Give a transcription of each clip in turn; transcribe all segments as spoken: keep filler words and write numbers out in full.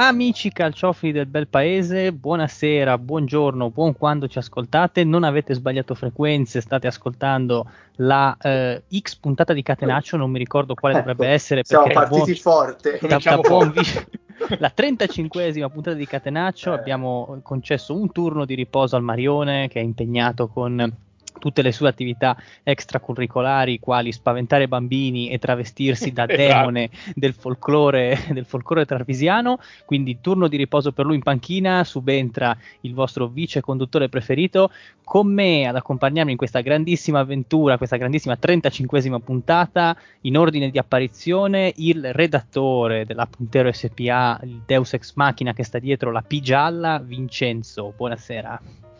Amici calciofili del bel paese, buonasera, buongiorno, buon quando ci ascoltate, non avete sbagliato frequenze, state ascoltando la eh, X puntata di Catenaccio, non mi ricordo quale ecco, dovrebbe essere siamo perché partiti buon, forte. da, da buon vi- la trentacinquesima puntata di Catenaccio, eh. abbiamo concesso un turno di riposo al Marione che è impegnato con tutte le sue attività extracurricolari quali spaventare bambini e travestirsi da demone del folklore del folklore travisiano, quindi turno di riposo per lui in panchina, subentra il vostro vice conduttore preferito con me ad accompagnarmi in questa grandissima avventura, questa grandissima trentacinquesima puntata, in ordine di apparizione il redattore della Puntero S P A, il Deus Ex Machina che sta dietro la P gialla, Vincenzo, buonasera.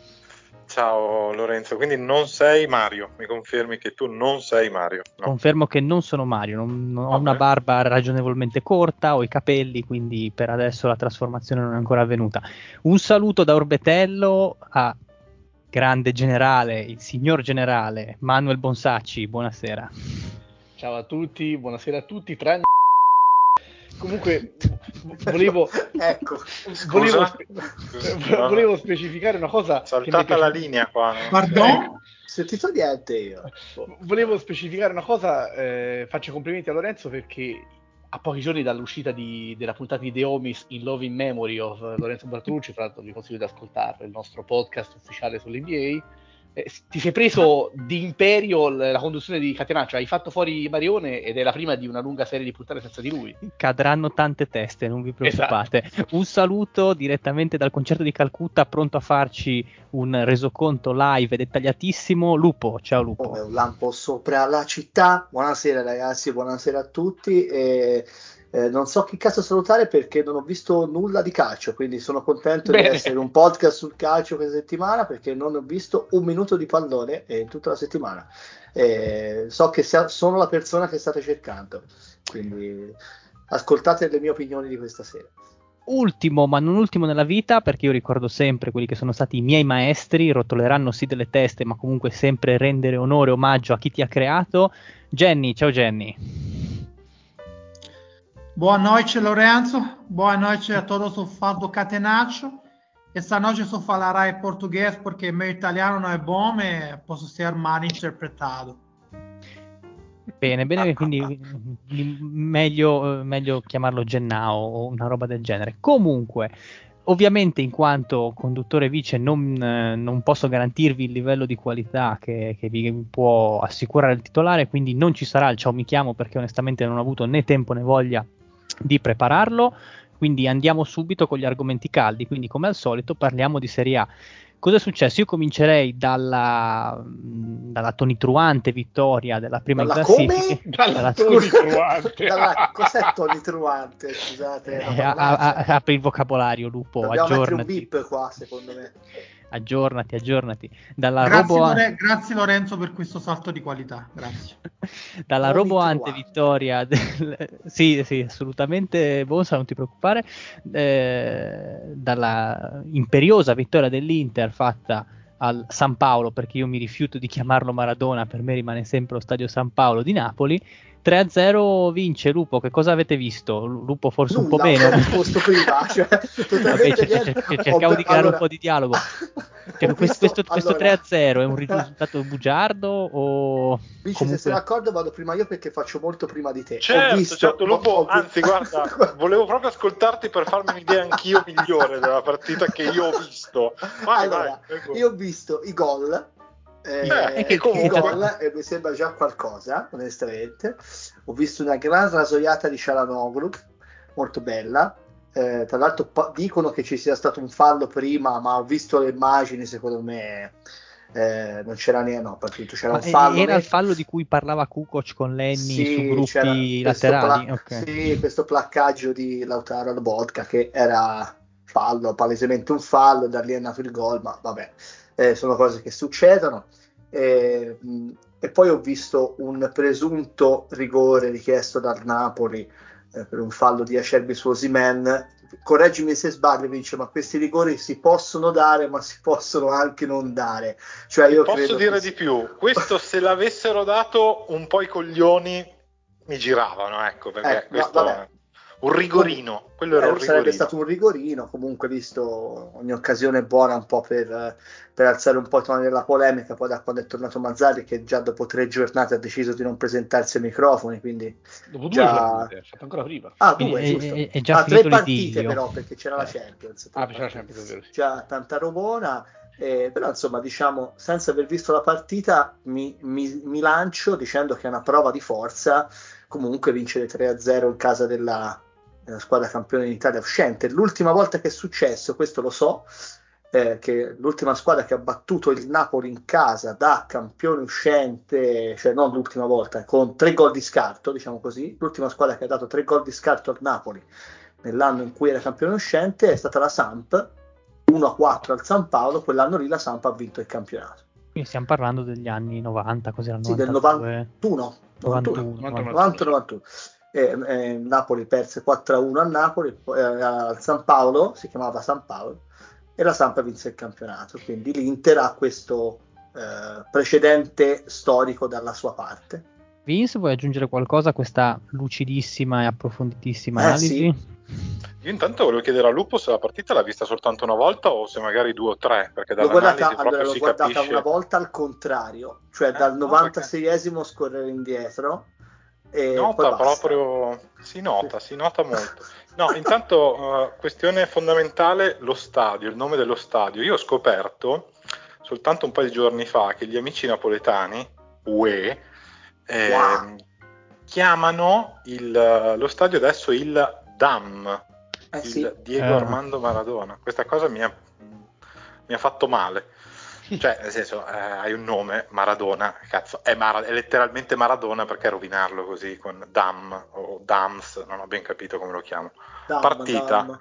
Ciao Lorenzo, quindi non sei Mario, mi confermi che tu non sei Mario? No. Confermo che non sono Mario, non, non ho una barba ragionevolmente corta, ho i capelli, quindi per adesso la trasformazione non è ancora avvenuta. Un saluto da Orbetello a grande generale, il signor generale Manuel Bonsacci, buonasera. Ciao a tutti, buonasera a tutti, tranne... Comunque volevo ecco, volevo, spe- Scusa, volevo specificare una cosa. Saltata la linea qua. No? Pardon? Sentito niente io. Volevo specificare una cosa, eh, faccio complimenti a Lorenzo perché a pochi giorni dall'uscita di, della puntata di The Homies in Love in Memory of Lorenzo Bertolucci, fra l'altro vi consiglio di ascoltarlo, il nostro podcast ufficiale sull'N B A. Eh, ti sei preso di imperio la conduzione di Catenaccio, hai fatto fuori Marione ed è la prima di una lunga serie di puntate senza di lui. Cadranno tante teste, non vi preoccupate. Esatto. Un saluto direttamente dal concerto di Calcutta, pronto a farci un resoconto live dettagliatissimo. Lupo, ciao Lupo. Come un lampo sopra la città. Buonasera ragazzi, buonasera a tutti. E... Eh, non so chi cazzo salutare perché non ho visto nulla di calcio, quindi sono contento Bene. di essere un podcast sul calcio questa settimana perché non ho visto un minuto di pallone in tutta la settimana. Eh, so che sia, sono la persona che state cercando, quindi ascoltate le mie opinioni di questa sera. Ultimo, ma non ultimo nella vita, perché io ricordo sempre quelli che sono stati i miei maestri, rotoleranno sì delle teste, ma comunque sempre rendere onore e omaggio a chi ti ha creato. Jenny, ciao Jenny. Boa noite, Lorenzo. Boa noite a todos o fãs do Catenaccio. Esta noite só falará em português porque meu italiano não é bom e posso ser mal interpretado. Bene, bene, quindi meglio, meglio chiamarlo Gennao o una roba del genere. Comunque, ovviamente in quanto conduttore vice non, non posso garantirvi il livello di qualità che, che vi può assicurare il titolare, quindi non ci sarà il ciao mi chiamo perché onestamente non ho avuto né tempo né voglia di prepararlo, quindi andiamo subito con gli argomenti caldi, quindi come al solito parliamo di Serie A. Cosa è successo? Io comincerei dalla, dalla tonitruante vittoria della prima dalla in classifica. Come? Dalla, dalla tonitruante. dalla, cos'è tonitruante? Scusate. Eh, a, a, apri il vocabolario, Lupo, dobbiamo aggiornati. mettere un bip qua, secondo me. Aggiornati, aggiornati. Dalla grazie, robo... Lore- grazie Lorenzo per questo salto di qualità, grazie. Dalla roboante vittoria del... sì, sì, assolutamente Bonsa, non ti preoccupare, eh, dalla imperiosa vittoria dell'Inter fatta al San Paolo, perché io mi rifiuto di chiamarlo Maradona, per me rimane sempre lo stadio San Paolo di Napoli. tre a zero vince Lupo, che cosa avete visto? Lupo forse Nulla, un po' meno. posto prima, cioè, Vabbè, c- c- c- cercavo oh, di creare allora... un po' di dialogo. Cioè, questo, visto, questo, questo allora... tre a zero è un risultato bugiardo o Vinci, comunque... se sei d'accordo vado prima io perché faccio molto prima di te. Certo, ho visto, certo Lupo, ho, ho... anzi guarda, volevo proprio ascoltarti per farmi un'idea anch'io migliore della partita che io ho visto. Vai, allora, vai, io ho visto i gol. Eh, eh, e comunque... i gol e mi sembra già qualcosa, onestamente. Ho visto una gran rasoiata di Çalhanoğlu, molto bella. Eh, tra l'altro po- dicono che ci sia stato un fallo prima, ma ho visto le immagini, secondo me eh, non c'era niente, no, partito, c'era ma un fallo. Era net- il fallo di cui parlava Kukoc con Lenny sì, su gruppi laterali? Pla- okay. Sì, questo placcaggio di Lautaro Lobotka che era fallo, palesemente un fallo, da lì è nato il gol, ma vabbè, eh, sono cose che succedono. E, mh, e poi ho visto un presunto rigore richiesto dal Napoli eh, per un fallo di Acerbi su Osimhen. Correggimi se sbaglio, Vince, ma questi rigori si possono dare, ma si possono anche non dare. Cioè, io posso credo dire che... di più, questo se l'avessero dato un po' i coglioni mi giravano, ecco, perché eh, questo no, vabbè. Un rigorino, quello era eh, un sarebbe rigorino. stato un rigorino, comunque visto ogni occasione buona un po' per, per alzare un po' i toni della polemica, poi da quando è tornato Mazzarri che già dopo tre giornate ha deciso di non presentarsi ai microfoni, quindi Dopo due già... giornate, ha fatto ancora prima. Ah, Quindi due, è, giusto. è- è già Ah, tre finito partite l'idillio. però, perché c'era la Eh. Champions. tre Ah, c'era la partite. Champions, è vero, sì. Già tanta romona, eh, però insomma, diciamo, senza aver visto la partita, mi, mi- mi lancio dicendo che è una prova di forza comunque vincere tre a zero in casa della, della squadra campione d'Italia uscente. L'ultima volta che è successo, questo lo so, eh, che l'ultima squadra che ha battuto il Napoli in casa da campione uscente, cioè non l'ultima volta, con tre gol di scarto, diciamo così, l'ultima squadra che ha dato tre gol di scarto al Napoli nell'anno in cui era campione uscente è stata la Samp, uno a quattro al San Paolo. Quell'anno lì la Samp ha vinto il campionato. Quindi stiamo parlando degli anni novanta, cos'era il Sì, del novantadue? novantuno, novantuno, novantuno, novanta novantuno. Eh, eh, Napoli perse quattro a uno a Napoli, poi, eh, al San Paolo, si chiamava San Paolo, e la Samp vinse il campionato. Quindi l'Inter ha questo eh, precedente storico dalla sua parte. Vince, vuoi aggiungere qualcosa a questa lucidissima e approfonditissima Eh, analisi? sì. Io intanto volevo chiedere a Lupo se la partita l'ha vista soltanto una volta o se magari due o tre, perché L'ho dall'analisi guardata, proprio allora, l'ho si guardata capisce. una volta al contrario, cioè Eh, dal no, novantaseiesimo scorrere indietro Si e nota poi basta. proprio, si nota, si nota molto. No, intanto uh, questione fondamentale, lo stadio, il nome dello stadio. Io ho scoperto soltanto un paio di giorni fa che gli amici napoletani, U E, eh, Wow. chiamano il, lo stadio adesso il D A M, Eh, il sì. Diego Ah. Armando Maradona. Questa cosa mi ha, mi ha fatto male. Cioè, nel senso, eh, hai un nome, Maradona, cazzo, è, Mara- è letteralmente Maradona, perché rovinarlo così con Dam o Dams, non ho ben capito come lo chiamo. Dam, Partita, dam.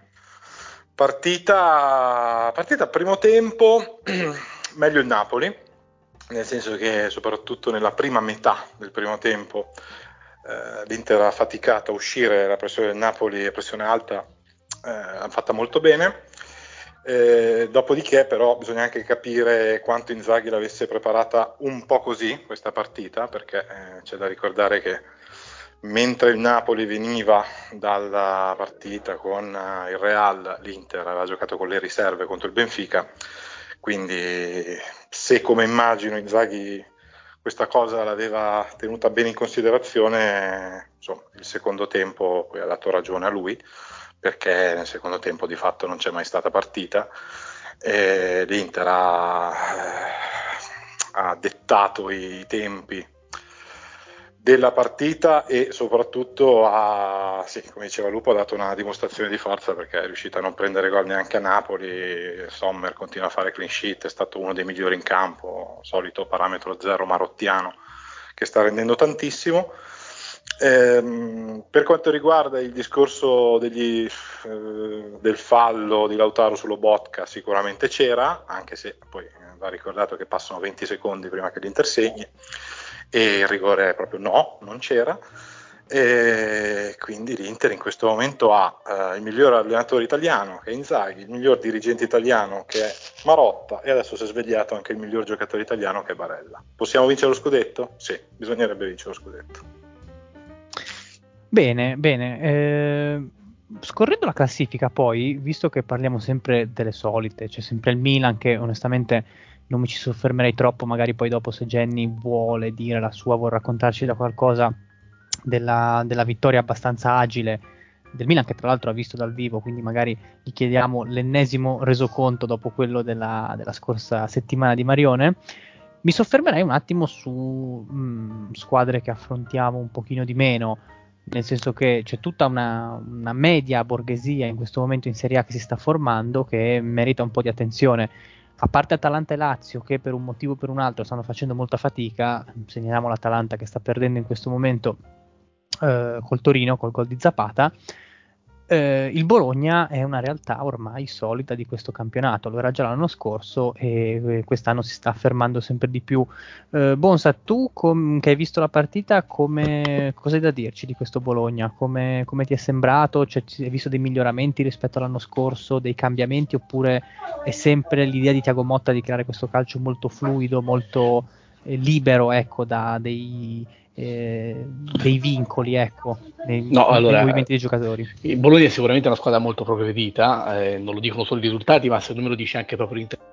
partita, partita primo tempo, meglio il Napoli, nel senso che soprattutto nella prima metà del primo tempo eh, l'Inter ha faticato a uscire, la pressione del Napoli, pressione alta, eh, l'ha fatta molto bene. Eh, dopodiché però bisogna anche capire quanto Inzaghi l'avesse preparata un po' così questa partita, perché eh, c'è da ricordare che mentre il Napoli veniva dalla partita con uh, il Real, l'Inter aveva giocato con le riserve contro il Benfica, quindi se, come immagino, Inzaghi questa cosa l'aveva tenuta bene in considerazione, insomma, il secondo tempo poi ha dato ragione a lui, perché nel secondo tempo di fatto non c'è mai stata partita, e l'Inter ha, ha dettato i tempi della partita e soprattutto ha, sì, come diceva Lupo, ha dato una dimostrazione di forza, perché è riuscita a non prendere gol neanche a Napoli. Sommer continua a fare clean sheet, è stato uno dei migliori in campo, solito parametro zero marottiano che sta rendendo tantissimo. Ehm, per quanto riguarda il discorso degli, eh, del fallo di Lautaro sullo Botka, sicuramente c'era, anche se poi va ricordato che passano venti secondi prima che l'Inter segni, e il rigore proprio no, non c'era, e quindi l'Inter in questo momento ha eh, il miglior allenatore italiano che è Inzaghi, il miglior dirigente italiano che è Marotta, e adesso si è svegliato anche il miglior giocatore italiano che è Barella. Possiamo vincere lo scudetto? Sì, bisognerebbe vincere lo scudetto. Bene, bene. Eh, scorrendo la classifica poi, visto che parliamo sempre delle solite, c'è sempre il Milan che onestamente non mi ci soffermerei troppo, magari poi dopo se Jenny vuole dire la sua, vuol raccontarci da qualcosa della, della vittoria abbastanza agile del Milan, che tra l'altro ha visto dal vivo, quindi magari gli chiediamo l'ennesimo resoconto dopo quello della, della scorsa settimana di Marione. Mi soffermerei un attimo su mh, squadre che affrontiamo un pochino di meno, nel senso che c'è tutta una, una media borghesia in questo momento in Serie A che si sta formando, che merita un po' di attenzione. A parte Atalanta e Lazio, che per un motivo o per un altro stanno facendo molta fatica, segnaliamo l'Atalanta che sta perdendo in questo momento eh, col Torino, col gol di Zapata. Eh, il Bologna è una realtà ormai solida di questo campionato, lo era già l'anno scorso e eh, quest'anno si sta affermando sempre di più. Eh, Bonsa, tu com- che hai visto la partita, come, cosa hai da dirci di questo Bologna? Come, come ti è sembrato? Cioè, hai visto dei miglioramenti rispetto all'anno scorso, dei cambiamenti, oppure è sempre l'idea di Thiago Motta di creare questo calcio molto fluido, molto eh, libero, ecco, da dei eh, dei vincoli, ecco, nei, No, nei allora, movimenti dei giocatori. Il Bologna è sicuramente una squadra molto progredita, eh, non lo dicono solo i risultati, ma secondo me lo dice anche proprio l'inter.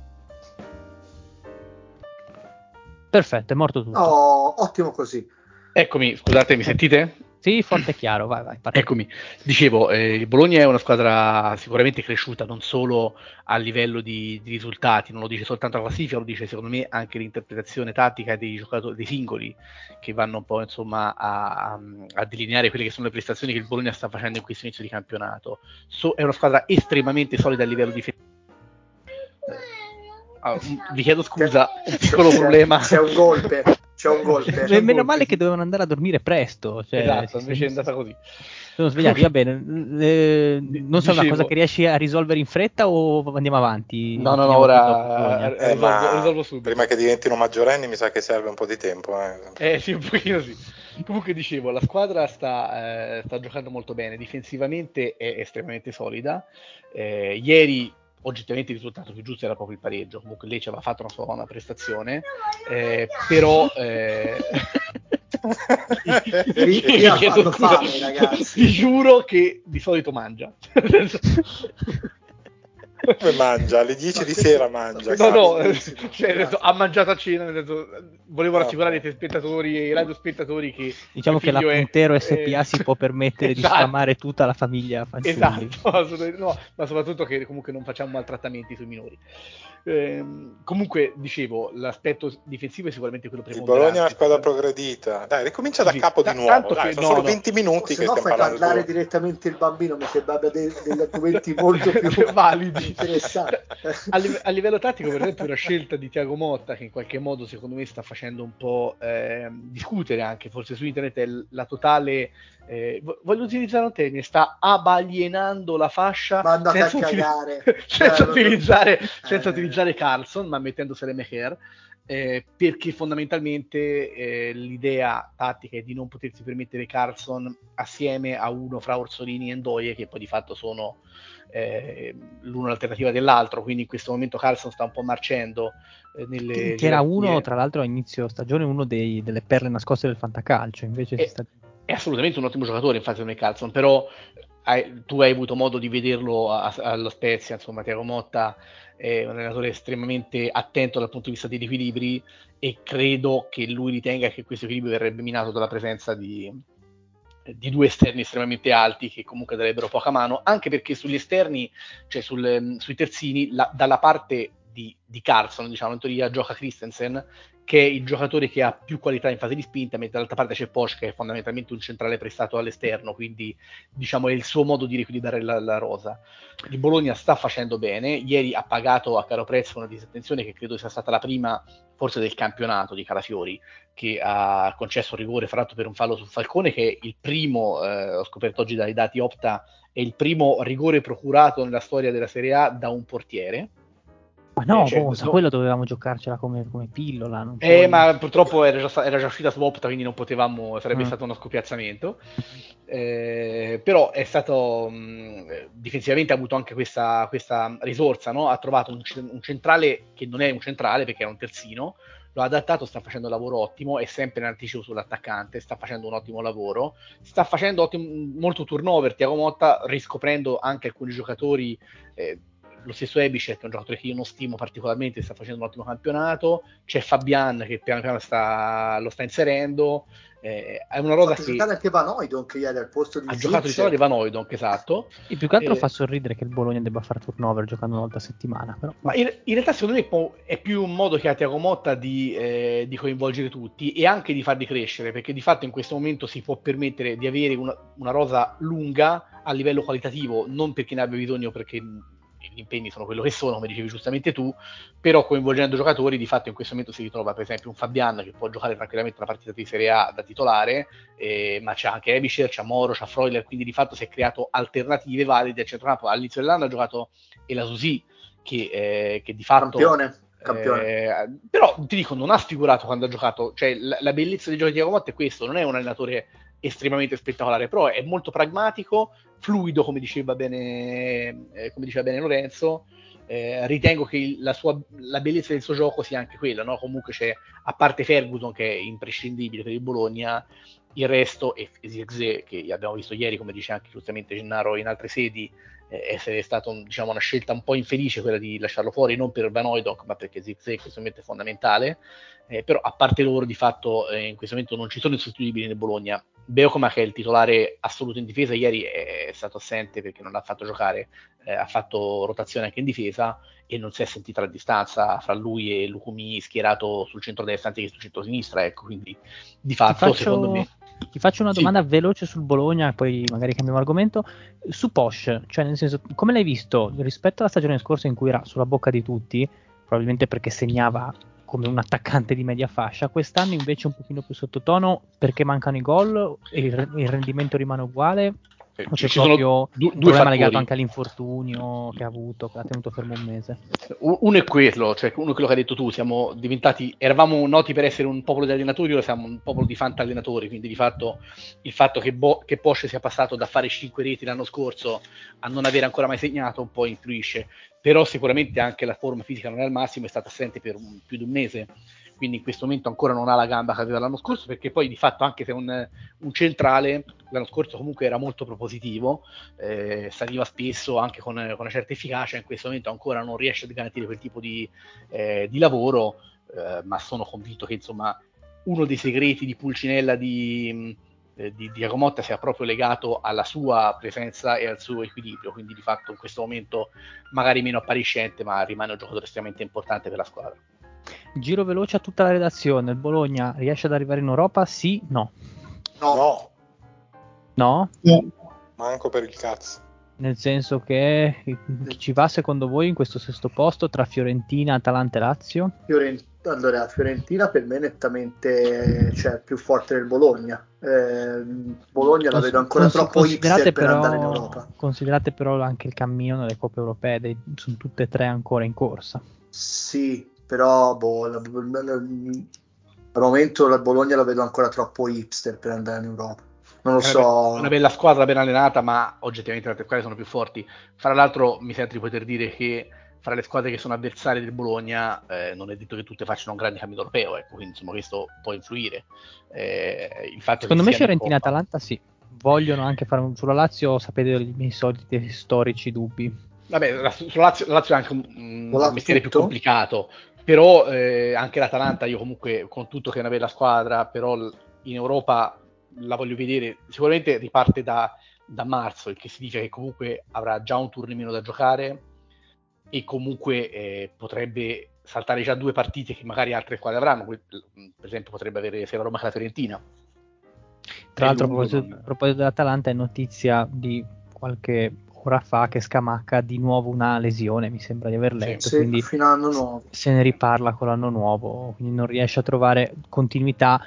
Perfetto, è morto tutto. Oh, ottimo così. Eccomi, scusate, mi sentite? Sì, forte e chiaro, vai, vai. Parti. Eccomi, dicevo, eh, il Bologna è una squadra sicuramente cresciuta non solo a livello di, di risultati, non lo dice soltanto la classifica, lo dice secondo me anche l'interpretazione tattica dei giocatori, dei singoli, che vanno un po' insomma a, a delineare quelle che sono le prestazioni che il Bologna sta facendo in questo inizio di campionato. So, è una squadra estremamente solida a livello difensivo. Ah, vi chiedo scusa, un piccolo c'è, problema. C'è un golpe. C'è un golpe. C'è meno male che dovevano andare a dormire presto. Cioè, esatto, invece è andata così. Sono svegliati, va bene. Eh, non so, una cosa che riesci a risolvere in fretta o andiamo avanti? No, no, no, ora eh, risolvo, risolvo subito. Prima che diventino maggiorenni mi sa che serve un po' di tempo. Eh, eh sì, un pochino sì. Comunque dicevo, la squadra sta, eh, sta giocando molto bene, difensivamente è estremamente solida. Eh, ieri oggettivamente il risultato più giusto era proprio il pareggio, comunque lei ci aveva fatto una sua buona prestazione, eh, però eh... Qui, qui ha fatto fame, ragazzi. Ti giuro che di solito mangia. Come mangia? Alle dieci di sera mangia. No, no, cioè, nel senso, ha mangiato a cena, nel senso, volevo rassicurare i telespettatori e i radiospettatori che diciamo che la Puntero è, S P A eh, si può permettere esatto. di sfamare tutta la famiglia fanciulli. Esatto, no, ma soprattutto che comunque non facciamo maltrattamenti sui minori. Eh, comunque dicevo, l'aspetto difensivo è sicuramente quello preponderante. Il Bologna è una squadra progredita. Dai, ricomincia da sì, capo t- di nuovo. Dai, che, sono no, solo no. venti minuti se che no stiamo fai parlando. parlare direttamente il bambino, mi sembra dei, degli argomenti molto più validi, interessanti. A, live- a livello tattico, per esempio, una scelta di Thiago Motta che in qualche modo secondo me sta facendo un po' eh, discutere anche forse su internet è l- la totale. Eh, voglio utilizzare un termine, sta abalienando la fascia senza, a cagare. Util- senza, Bello, utilizzare, eh. senza utilizzare Carlson, ma mettendosele Mecher, eh, perché fondamentalmente eh, l'idea tattica è di non potersi permettere Carlson assieme a uno fra Orsolini e Ndoye, che poi di fatto sono eh, l'uno l'alternativa dell'altro, quindi in questo momento Carlson sta un po' marcendo eh, nelle che era gerarchie. uno, tra l'altro a inizio stagione, uno dei, delle perle nascoste del fantacalcio, invece è, si sta... è assolutamente un ottimo giocatore, infatti non è Carlson, però hai, tu hai avuto modo di vederlo a, a, allo Spezia, insomma Thiago Motta è un allenatore estremamente attento dal punto di vista degli equilibri e credo che lui ritenga che questo equilibrio verrebbe minato dalla presenza di, di due esterni estremamente alti che comunque darebbero poca mano, anche perché sugli esterni, cioè sul, sui terzini, la, dalla parte di, di Carlson, diciamo, in teoria gioca Christensen, che è il giocatore che ha più qualità in fase di spinta, mentre dall'altra parte c'è Posch, che è fondamentalmente un centrale prestato all'esterno, quindi diciamo è il suo modo di riequilibrare la, la rosa. Il Bologna sta facendo bene, ieri ha pagato a caro prezzo una disattenzione che credo sia stata la prima forse del campionato di Calafiori, che ha concesso rigore fra l'altro per un fallo su Falcone, che è il primo, eh, ho scoperto oggi dai dati Opta, è il primo rigore procurato nella storia della Serie A da un portiere. Ma no, eh, cioè, cosa, no, quello dovevamo giocarcela come, come pillola. Non eh, puoi... ma purtroppo era già, era già uscita su Opta, quindi non potevamo, sarebbe mm. stato uno scopiazzamento. Eh, però è stato mh, difensivamente ha avuto anche questa, questa risorsa, no? Ha trovato un, un centrale che non è un centrale perché era un terzino, lo ha adattato, sta facendo un lavoro ottimo, è sempre in anticipo sull'attaccante, sta facendo un ottimo lavoro, sta facendo ottimo, molto turnover Thiago Motta, riscoprendo anche alcuni giocatori, eh, lo stesso Ebicet, che è un giocatore che io non stimo particolarmente, sta facendo un ottimo campionato, c'è Fabian che piano piano sta, lo sta inserendo, eh, è una rosa ha che giocare anche Van Hooijdonk ieri al posto di ha Zic. giocato di solito Van Hooijdonk, esatto. E più che altro eh, fa sorridere che il Bologna debba fare turnover giocando una volta a settimana, però. Ma in, in realtà secondo me è più un modo che ha Thiago Motta di, eh, di coinvolgere tutti e anche di farli crescere, perché di fatto in questo momento si può permettere di avere una, una rosa lunga a livello qualitativo, non perché ne abbia bisogno, perché gli impegni sono quello che sono, come dicevi giustamente tu, però coinvolgendo giocatori di fatto in questo momento si ritrova per esempio un Fabian che può giocare tranquillamente una partita di Serie A da titolare, eh, ma c'è anche Ebischer, c'è Moro, c'è Freuler, quindi di fatto si è creato alternative valide al centrocampo. All'inizio dell'anno ha giocato Elasusi, che, eh, che di fatto campione, campione. Eh, però ti dico non ha sfigurato quando ha giocato, cioè la, la bellezza dei giochi di Thiago Motta è questo, non è un allenatore estremamente spettacolare, però è molto pragmatico, fluido, come diceva bene, eh, come diceva bene Lorenzo. Eh, ritengo che il, la, sua, la bellezza del suo gioco sia anche quella, no? Comunque c'è, a parte Ferguson che è imprescindibile per il Bologna, il resto, e Zirkzee, che abbiamo visto ieri, come dice anche giustamente Gennaro in altre sedi, eh, essere stata un, diciamo, una scelta un po' infelice quella di lasciarlo fuori, non per Van Hooijdonk, ma perché Zirkzee in questo momento è fondamentale, eh, però a parte loro di fatto eh, in questo momento non ci sono insostituibili nel Bologna. Beokoma, che è il titolare assoluto in difesa, ieri è stato assente perché non l'ha fatto giocare, eh, ha fatto rotazione anche in difesa e non si è sentita la distanza fra lui e Lukumi schierato sul centro-destra anziché sul centro-sinistra, ecco, quindi di fatto ti faccio, secondo me... Ti faccio una Sì. domanda veloce sul Bologna, poi magari cambiamo argomento. Su Posch, cioè nel senso, come l'hai visto rispetto alla stagione scorsa in cui era sulla bocca di tutti, probabilmente perché segnava come un attaccante di media fascia, quest'anno invece un pochino più sottotono perché mancano i gol e il, il rendimento rimane uguale? O c'è Ci proprio sono du- un due problema fattori. legato anche all'infortunio che ha avuto, che l'ha tenuto fermo un mese? Uno è quello, cioè uno è quello che hai detto tu, siamo diventati, eravamo noti per essere un popolo di allenatori, ora siamo un popolo di fantallenatori, quindi di fatto il fatto che, Bo- che Posch sia passato da fare cinque reti l'anno scorso a non avere ancora mai segnato un po' influisce, però sicuramente anche la forma fisica non è al massimo, è stata assente per un, più di un mese, quindi in questo momento ancora non ha la gamba che aveva l'anno scorso, perché poi di fatto anche se è un, un centrale, l'anno scorso comunque era molto propositivo, eh, saliva spesso anche con, con una certa efficacia, in questo momento ancora non riesce a garantire quel tipo di, eh, di lavoro, eh, ma sono convinto che insomma uno dei segreti di Pulcinella di, eh, di Diago Motta sia proprio legato alla sua presenza e al suo equilibrio, quindi di fatto in questo momento magari meno appariscente, ma rimane un giocatore estremamente importante per la squadra. Giro veloce a tutta la redazione. Il Bologna riesce ad arrivare in Europa? Sì? No? No. No, No? No. manco per il cazzo. Nel senso che chi ci va secondo voi in questo sesto posto tra Fiorentina, Atalanta e Lazio? Fiorent- allora, Fiorentina per me è nettamente, cioè, più forte del Bologna. Eh, Bologna la vedo ancora Cons- troppo hipster per andare in Europa. Considerate però anche il cammino nelle coppe europee, dei, sono tutte e tre ancora in corsa. Sì, però boh, la- la- la- al momento la Bologna la vedo ancora troppo hipster per andare in Europa. Non lo È una, be- so. una bella squadra ben allenata, ma oggettivamente le altre squadre sono più forti. Fra l'altro mi sento di poter dire che fra le squadre che sono avversarie del Bologna eh, non è detto che tutte facciano un grande cammino europeo, ecco, quindi insomma questo può influire. Eh, il fatto Secondo che me siano in Fiorentina e Coppa. Atalanta sì, vogliono anche fare un sulla Lazio, sapete i miei soliti storici dubbi. Vabbè, la, sulla Lazio, la Lazio è anche un, un Volato mestiere tutto? più complicato, però eh, anche l'Atalanta, io comunque con tutto che è una bella squadra, però l- in Europa la voglio vedere, sicuramente riparte da, da marzo, il che significa che comunque avrà già un turno in meno da giocare e comunque eh, potrebbe saltare già due partite che magari altre squadre avranno, per esempio potrebbe avere sia la Roma che la Fiorentina. Tra È l'altro a lungo, proposito, non... a proposito dell'Atalanta è notizia di qualche ora fa che Scamacca ha di nuovo una lesione, mi sembra di aver letto, Sì, quindi fino all'anno nuovo. se ne riparla con l'anno nuovo, quindi non riesce a trovare continuità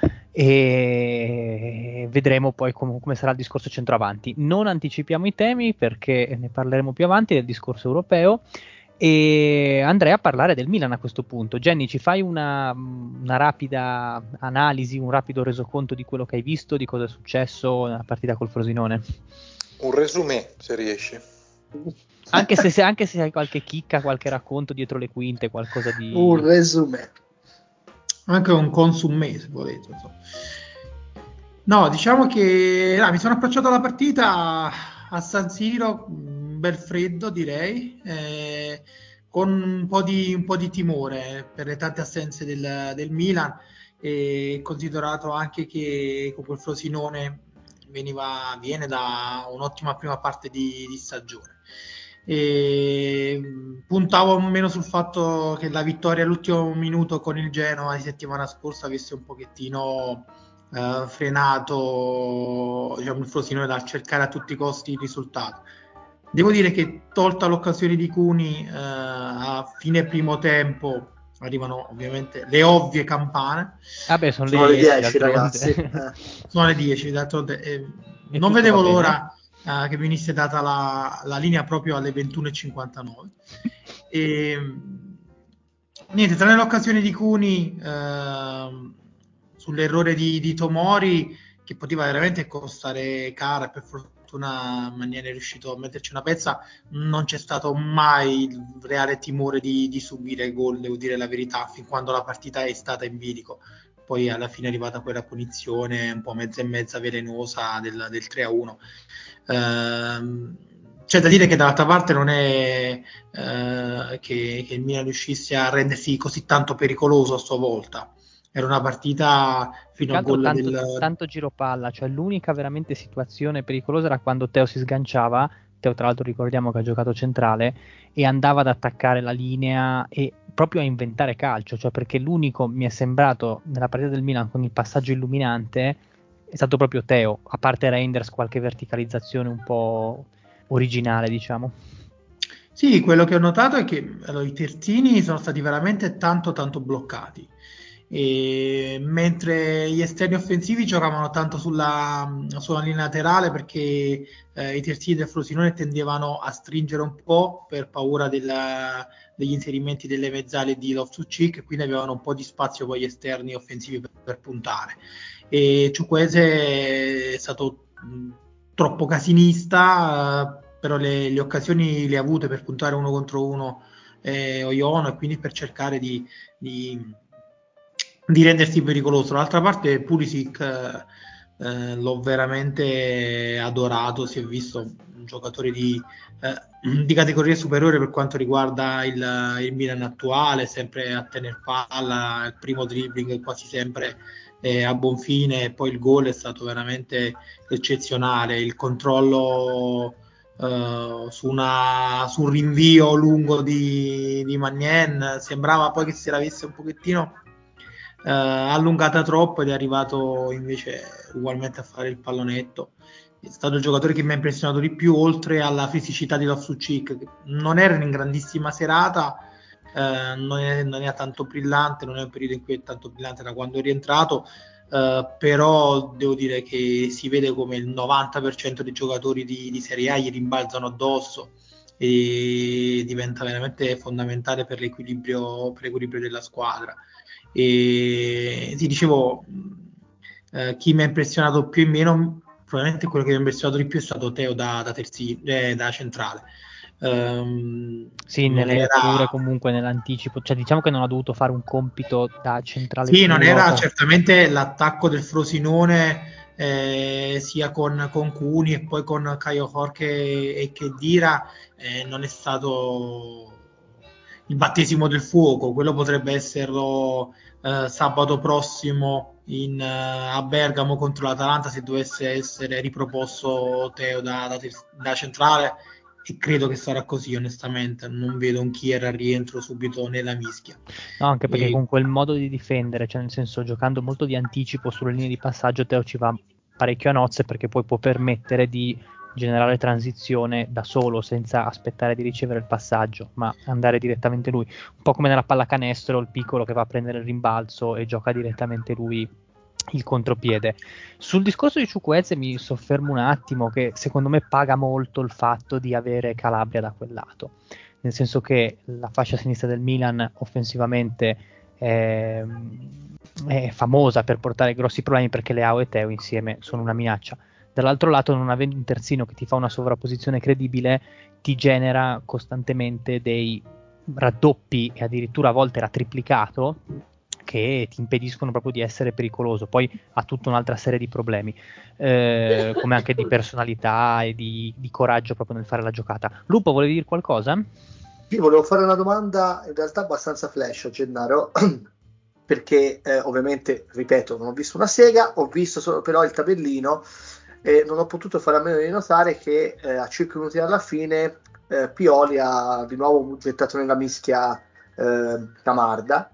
e vedremo poi com- come sarà il discorso centroavanti. Non anticipiamo i temi perché ne parleremo più avanti del discorso europeo e andrei a parlare del Milan a questo punto. Jenny, ci fai una, una rapida analisi, un rapido resoconto di quello che hai visto, di cosa è successo nella partita col Frosinone? Un resumé, se riesci. Anche se, se, anche se hai qualche chicca, qualche racconto dietro le quinte, qualcosa di... Un resume. Anche un consumé, se volete. Insomma. No, diciamo che ah, mi sono approcciato alla partita a San Siro, un bel freddo direi, eh, con un po' di, un po' di timore per le tante assenze del, del Milan, e considerato anche che con quel Frosinone veniva, viene da un'ottima prima parte di, di stagione. E puntavo meno sul fatto che la vittoria all'ultimo minuto con il Genoa di settimana scorsa avesse un pochettino Uh, frenato, diciamo, il Frosinone dal cercare a tutti i costi il risultato. Devo dire che tolta l'occasione di Cuni uh, a fine primo tempo arrivano ovviamente le ovvie campane. Vabbè, sono, Sono le le dieci, dieci, d'altronde. ragazzi. Eh. Sono le dieci, d'altronde, eh, E non tutto vedevo va bene? l'ora uh, che venisse data la, la linea proprio alle ventuno e cinquantanove. E niente, tranne l'occasione di Cuni, uh, sull'errore di, di Tomori, che poteva veramente costare cara, e per fortuna Magnani è riuscito a metterci una pezza. Non c'è stato mai il reale timore di, di subire gol, devo dire la verità, fin quando la partita è stata in bilico. Poi alla fine è arrivata quella punizione un po' mezza e mezza velenosa del, del tre a uno. Ehm, c'è da dire che dall'altra parte non è eh, che, che il Milan riuscisse a rendersi così tanto pericoloso a sua volta. Era una partita fino Più al che altro gol tanto, del... tanto giro palla, cioè l'unica veramente situazione pericolosa era quando Teo si sganciava. Teo tra l'altro ricordiamo che ha giocato centrale e andava ad attaccare la linea e proprio a inventare calcio, cioè perché l'unico mi è sembrato nella partita del Milan con il passaggio illuminante è stato proprio Teo, a parte Reinders qualche verticalizzazione un po' originale, diciamo. Sì, quello che ho notato è che allora, i terzini sono stati veramente tanto tanto bloccati. E mentre gli esterni offensivi giocavano tanto sulla, sulla linea laterale perché eh, i terzini del Frosinone tendevano a stringere un po' per paura della, degli inserimenti delle mezzali di Loftus-Cheek, quindi avevano un po' di spazio poi gli esterni offensivi per, per puntare. E Ciukwese è stato mh, troppo casinista, eh, però le, le occasioni le ha avute per puntare uno contro uno eh, Oiono, e quindi per cercare di, di di rendersi pericoloso. D'altra parte Pulisic eh, l'ho veramente adorato, si è visto un giocatore di, eh, di categoria superiore per quanto riguarda il, il Milan attuale, sempre a tenere palla, il primo dribbling quasi sempre eh, a buon fine, e poi il gol è stato veramente eccezionale, il controllo Uh, su, una, su un rinvio lungo di, di Magnen sembrava poi che se l'avesse un pochettino uh, allungata troppo ed è arrivato invece ugualmente a fare il pallonetto. È stato il giocatore che mi ha impressionato di più, oltre alla fisicità di Loftus-Cheek, che non era in grandissima serata, uh, non, è, non è tanto brillante, non è un periodo in cui è tanto brillante da quando è rientrato. Uh, però devo dire che si vede come il novanta per cento dei giocatori di, di Serie A gli rimbalzano addosso e diventa veramente fondamentale per l'equilibrio, per l'equilibrio della squadra. E ti dicevo, uh, chi mi ha impressionato più e meno, probabilmente quello che mi ha impressionato di più è stato Teo da, da, terzi, eh, da centrale. Um, Sì, non nelle era letture comunque nell'anticipo, cioè diciamo che non ha dovuto fare un compito da centrale Sì, non puro. era Per... certamente l'attacco del Frosinone eh, sia con, con Cuni e poi con Caio Jorge e Khedira, eh, non è stato il battesimo del fuoco. Quello potrebbe esserlo eh, sabato prossimo in, eh, a Bergamo contro l'Atalanta, se dovesse essere riproposto Teo da, da, da centrale, e credo che sarà così, onestamente non vedo un Chier al rientro subito nella mischia. No, anche perché E... con quel modo di difendere, cioè nel senso giocando molto di anticipo sulle linee di passaggio, Teo ci va parecchio a nozze, perché poi può permettere di generare transizione da solo senza aspettare di ricevere il passaggio, ma andare direttamente lui, un po' come nella pallacanestro, il piccolo che va a prendere il rimbalzo e gioca direttamente lui il contropiede. Sul discorso di Ciukweze mi soffermo un attimo, che secondo me paga molto il fatto di avere Calabria da quel lato, nel senso che la fascia sinistra del Milan offensivamente è, è famosa per portare grossi problemi, perché Leao e Teo insieme sono una minaccia. Dall'altro lato, non avendo un terzino che ti fa una sovrapposizione credibile, ti genera costantemente dei raddoppi e addirittura a volte rattriplicato che ti impediscono proprio di essere pericoloso. Poi ha tutta un'altra serie di problemi, eh, come anche di personalità e di, di coraggio proprio nel fare la giocata. Lupo, volevi dire qualcosa? Io volevo fare una domanda in realtà abbastanza flash a Gennaro, perché eh, ovviamente, ripeto, non ho visto una sega, ho visto solo però il tabellino e non ho potuto fare a meno di notare che eh, a cinque minuti alla fine eh, Pioli ha di nuovo gettato nella mischia eh, Camarda,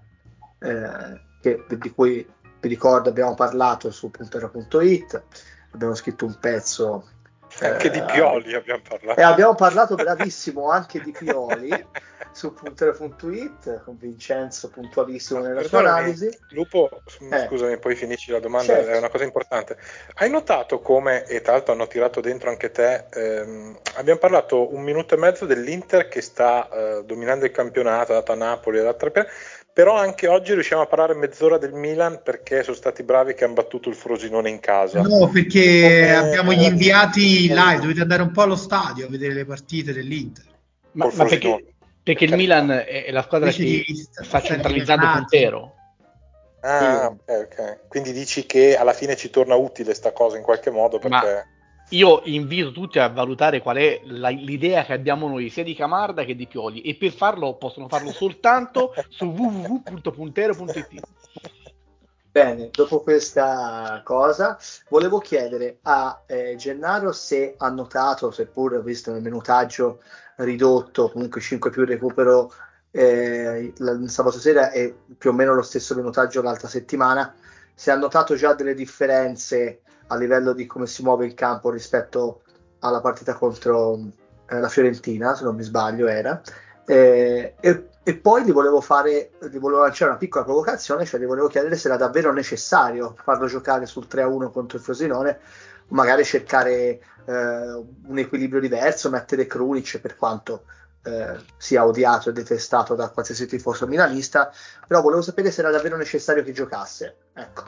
eh, che, di cui vi ricordo abbiamo parlato su puntero punto it, abbiamo scritto un pezzo. Anche eh, di Pioli abbiamo parlato. E abbiamo parlato, bravissimo, anche di Pioli su puntero punto it con Vincenzo puntualissimo nella sua Perdonami, analisi. Lupo, Eh, scusami, poi finisci la domanda, certo. è una cosa importante. Hai notato come, e tra l'altro hanno tirato dentro anche te, ehm, abbiamo parlato un minuto e mezzo dell'Inter che sta eh, dominando il campionato, è andata a Napoli, è andata a... Però anche oggi riusciamo a parlare mezz'ora del Milan perché sono stati bravi che hanno battuto il Frosinone in casa. No, perché Come abbiamo gli inviati live, dovete andare un po' allo stadio a vedere le partite dell'Inter. Ma, Col ma Frosinone, perché, perché il per Milan carità. è, è la squadra Invece che di sta- sta stare centralizzando un attimo. Puntero. Ah, ok, ok. Quindi dici che alla fine ci torna utile sta cosa in qualche modo Ma perché... io invito tutti a valutare qual è la- l'idea che abbiamo noi, sia di Camarda che di Pioli, e per farlo possono farlo soltanto su w w w punto puntero punto i t. Bene, dopo questa cosa, volevo chiedere a eh, Gennaro se ha notato, seppur ho visto nel minutaggio ridotto, comunque cinque più recupero eh, il sabato sera e più o meno lo stesso minutaggio l'altra settimana, se ha notato già delle differenze a livello di come si muove il campo rispetto alla partita contro eh, la Fiorentina, se non mi sbaglio era. Eh, e, e poi gli volevo fare, gli volevo lanciare una piccola provocazione, cioè gli volevo chiedere se era davvero necessario farlo giocare sul tre a uno contro il Frosinone, o magari cercare eh, un equilibrio diverso, mettere Krunic, per quanto eh, sia odiato e detestato da qualsiasi tifoso milanista, però volevo sapere se era davvero necessario che giocasse. Ecco.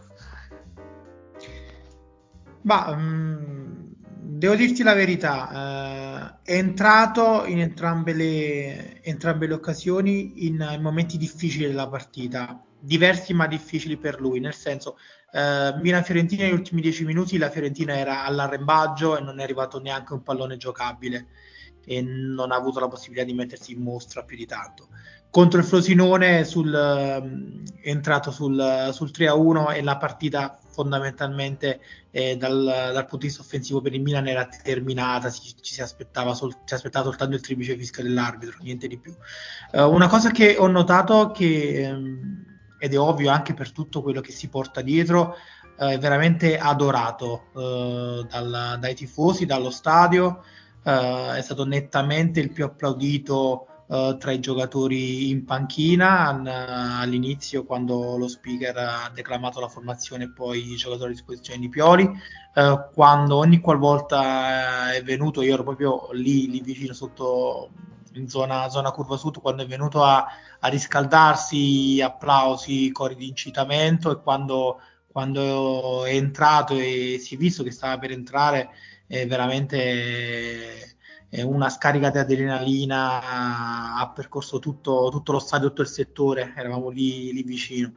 Ma mh, devo dirti la verità, eh, è entrato in entrambe le, entrambe le occasioni in, in momenti difficili della partita, diversi ma difficili per lui, nel senso, eh, Milan-Fiorentina negli ultimi dieci minuti la Fiorentina era all'arrembaggio e non è arrivato neanche un pallone giocabile e non ha avuto la possibilità di mettersi in mostra più di tanto. Contro il Frosinone sul, ehm, è entrato sul, sul tre a uno e la partita fondamentalmente eh, dal, dal punto di vista offensivo per il Milan era terminata, ci, ci si aspettava sol, si aspettava soltanto il triplice fischio dell'arbitro, niente di più. Uh, una cosa che ho notato che, ehm, ed è ovvio anche per tutto quello che si porta dietro, uh, è veramente adorato uh, dal, dai tifosi, dallo stadio, uh, è stato nettamente il più applaudito Uh, tra i giocatori in panchina an, all'inizio quando lo speaker ha declamato la formazione e poi i giocatori a disposizione di Pioli, uh, quando ogni qualvolta è venuto, io ero proprio lì, lì vicino sotto in zona, zona curva sud, quando è venuto a, a riscaldarsi, applausi, cori di incitamento, e quando, quando è entrato e si è visto che stava per entrare è veramente una scarica di adrenalina, ha percorso tutto, tutto lo stadio, tutto il settore, eravamo lì, lì vicino.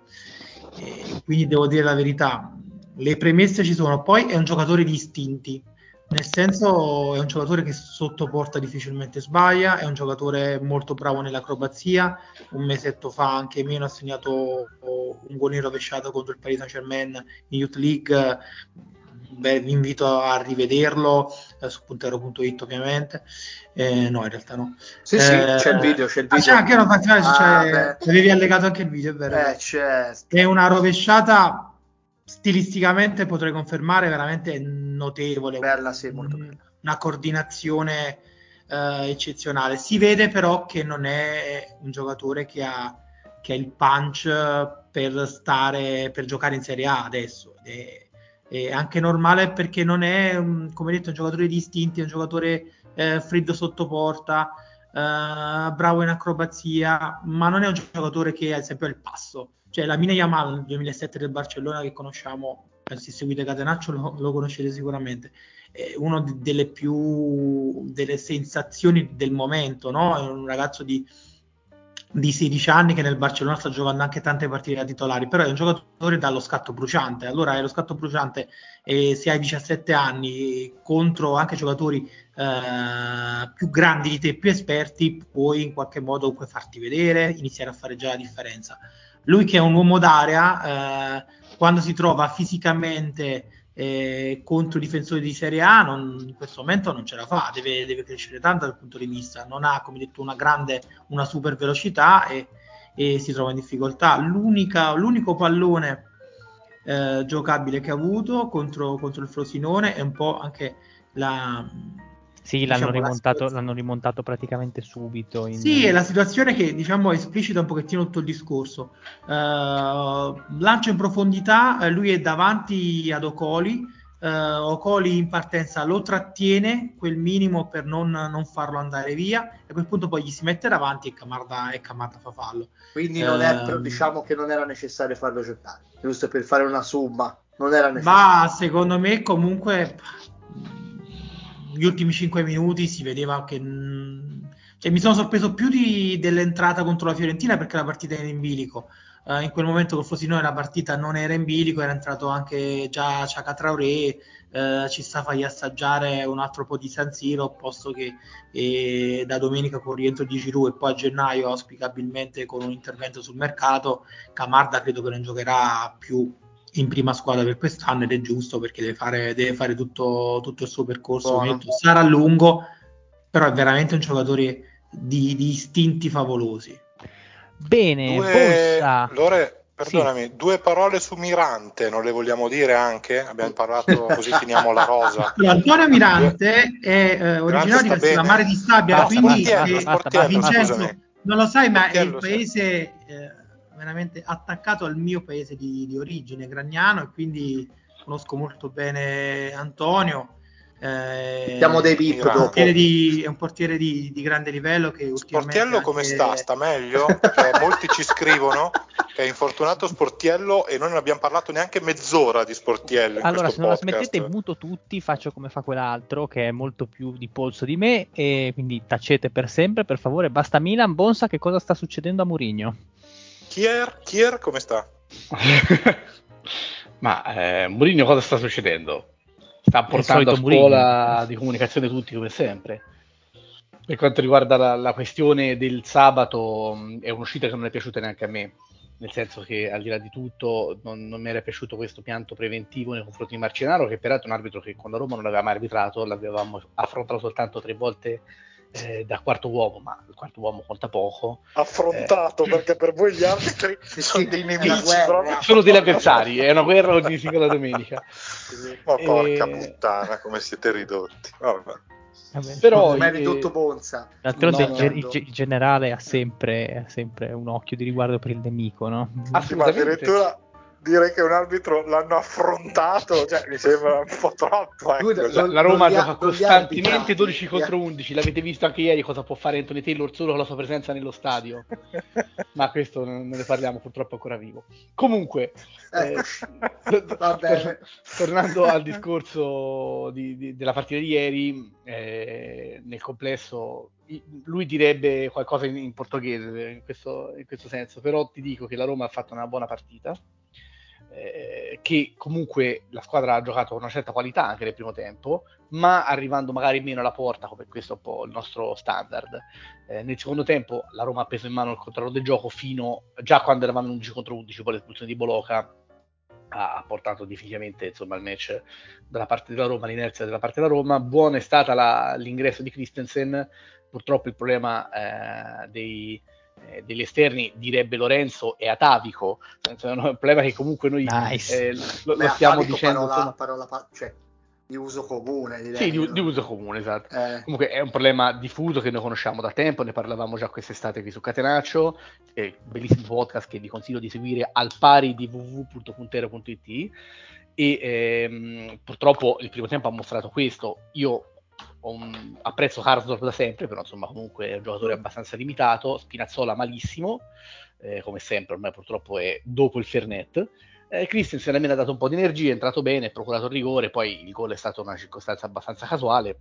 E quindi devo dire la verità, le premesse ci sono. Poi è un giocatore di istinti, nel senso è un giocatore che sotto porta difficilmente sbaglia, è un giocatore molto bravo nell'acrobazia. Un mesetto fa, anche meno, ha segnato un gol in rovesciata contro il Paris Saint-Germain in Youth League. Beh, vi invito a rivederlo eh, su puntero punto it ovviamente. Eh, no, in realtà no. Sì, Eh, sì, c'è il video, c'è il ah, c'è video. anche una partita, Ah, cioè, beh. avevi allegato anche il video, è vero, è Eh, vero. certo. È una rovesciata stilisticamente, potrei confermare, veramente notevole, Bella, sì, un, molto bella. una coordinazione eh, eccezionale. Si vede però che non è un giocatore che ha, che ha il punch per stare, per giocare in Serie A adesso. È, è anche normale perché non è, un, come detto, un giocatore di istinti, è un giocatore eh, freddo sotto porta, eh, bravo in acrobazia, ma non è un giocatore che ad esempio ha il passo. Cioè Lamine Yamal nel duemilasette del Barcellona, che conosciamo, se seguite Catenaccio lo, lo conoscete sicuramente, è uno di, delle più delle sensazioni del momento, no? È un ragazzo di, di sedici anni che nel Barcellona sta giocando anche tante partite da titolari, però è un giocatore dallo scatto bruciante. Allora è lo scatto bruciante, e se hai diciassette anni contro anche giocatori eh, più grandi di te, più esperti, puoi in qualche modo comunque farti vedere, iniziare a fare già la differenza. Lui, che è un uomo d'area, eh, quando si trova fisicamente eh, contro i difensori di Serie A, non, in questo momento non ce la fa, deve, deve crescere tanto dal punto di vista, non ha, come detto, una grande, una super velocità, e, e si trova in difficoltà. L'unica, l'unico pallone eh, giocabile che ha avuto contro, contro il Frosinone è un po' anche la... Sì, diciamo, l'hanno rimontato, la l'hanno rimontato praticamente subito. In... Sì, è la situazione che, diciamo, esplicita un pochettino tutto il discorso. Uh, lancio in profondità, eh, lui è davanti ad Ocoli, uh, uh, Okoli in partenza lo trattiene quel minimo per non, non farlo andare via, e a quel punto poi gli si mette davanti e Camarda, e Camarda fa fallo. Quindi non è, Uh, diciamo che non era necessario farlo giocare, giusto per fare una somma, non era necessario. Ma secondo me comunque gli ultimi cinque minuti si vedeva che... Cioè, mi sono sorpreso più di, dell'entrata contro la Fiorentina, perché la partita era in bilico. Uh, in quel momento col Frosinone la partita non era in bilico, era entrato anche già Chaka Traoré, uh, ci sta fagli assaggiare un altro po' di San Siro, posto che eh, da domenica con il rientro di Giroud e poi a gennaio auspicabilmente con un intervento sul mercato, Camarda credo che non giocherà più in prima squadra per quest'anno, ed è giusto, perché deve fare, deve fare tutto, tutto il suo percorso. Detto, sarà lungo, però è veramente un giocatore di, di istinti favolosi. Bene, due, Bossa. Lore, perdonami, Sì. Due parole su Mirante, non le vogliamo dire anche? Abbiamo parlato, così finiamo la rosa. Allora, Antonio Mirante due... è eh, originario di Mare di Stabia, basta, quindi basta, che, basta, basta, Vincenzo, basta. non lo sai, ma è il Sportiello, paese eh, veramente attaccato al mio paese di, di origine, Gragnano, e quindi conosco molto bene Antonio. Eh, Siamo dei bip dopo. Di, è un portiere di, di grande livello che Sportiello anche... come sta? Sta meglio? Perché molti ci scrivono che è infortunato Sportiello e noi non abbiamo parlato neanche mezz'ora di Sportiello in allora, questo se non la podcast. smettete muto tutti, faccio come fa quell'altro che è molto più di polso di me, e quindi tacete per sempre, per favore. Basta Milan. Bonsa, che cosa sta succedendo a Mourinho? Kier, Kier come sta? Ma eh, Mourinho cosa sta succedendo? Sta portando a scuola Mourinho. Di comunicazione tutti come sempre. Per quanto riguarda la, la questione del sabato, è un'uscita che non è piaciuta neanche a me, nel senso che al di là di tutto non, non mi era piaciuto questo pianto preventivo nei confronti di Marcenaro, che peraltro è un arbitro che con la Roma non aveva mai arbitrato, l'avevamo affrontato soltanto tre volte eh, da quarto uomo, ma il quarto uomo conta poco. Affrontato, eh, perché per voi gli arbitri sì, sono sì, dei nemici, sono degli avversari, è una guerra ogni singola domenica. Ma porca e... puttana, come siete ridotti. Vabbè. Vabbè, però come hai ridotto Bonza. D'altronde no, il, no. il generale ha sempre, ha sempre un occhio di riguardo per il nemico, no? Assolutamente. Ma addirittura dire che un arbitro l'hanno affrontato, cioè, mi sembra un po' troppo. Ecco. La, la Roma gioca costantemente dodici contro undici, l'avete visto anche ieri cosa può fare Anthony Taylor solo con la sua presenza nello stadio. Ma questo non ne parliamo, purtroppo ancora vivo. Comunque, eh, Va bene. tornando al discorso di, di, della partita di ieri, eh, nel complesso lui direbbe qualcosa in, in portoghese in questo, in questo senso, però ti dico che la Roma ha fatto una buona partita. Eh, che comunque la squadra ha giocato con una certa qualità anche nel primo tempo, ma arrivando magari meno alla porta, come questo è un po' il nostro standard. Eh, nel secondo tempo la Roma ha preso in mano il controllo del gioco fino già quando eravamo in undici contro undici, poi l'espulsione di Boloca ha portato definitivamente insomma il match dalla parte della Roma, l'inerzia della parte della Roma. Buona è stata la, l'ingresso di Christensen, purtroppo il problema eh, dei Eh, degli esterni, direbbe Lorenzo, è atavico, è un problema che comunque noi nice. eh, lo, lo stiamo dicendo parola, insomma, parola, cioè, di uso comune, direi. Sì, di, di uso comune, esatto. Eh. Comunque è un problema diffuso che noi conosciamo da tempo, ne parlavamo già quest'estate qui su Catenaccio, eh, bellissimo podcast che vi consiglio di seguire al pari di w w w punto puntero punto i t, e ehm, purtroppo il primo tempo ha mostrato questo. Io un, apprezzo Karsdorp da sempre, però insomma comunque è un giocatore abbastanza limitato. Spinazzola malissimo, eh, come sempre ormai purtroppo è dopo il Fernet. eh, Christensen almeno ha dato un po' di energia, è entrato bene, ha procurato il rigore, poi il gol è stata una circostanza abbastanza casuale,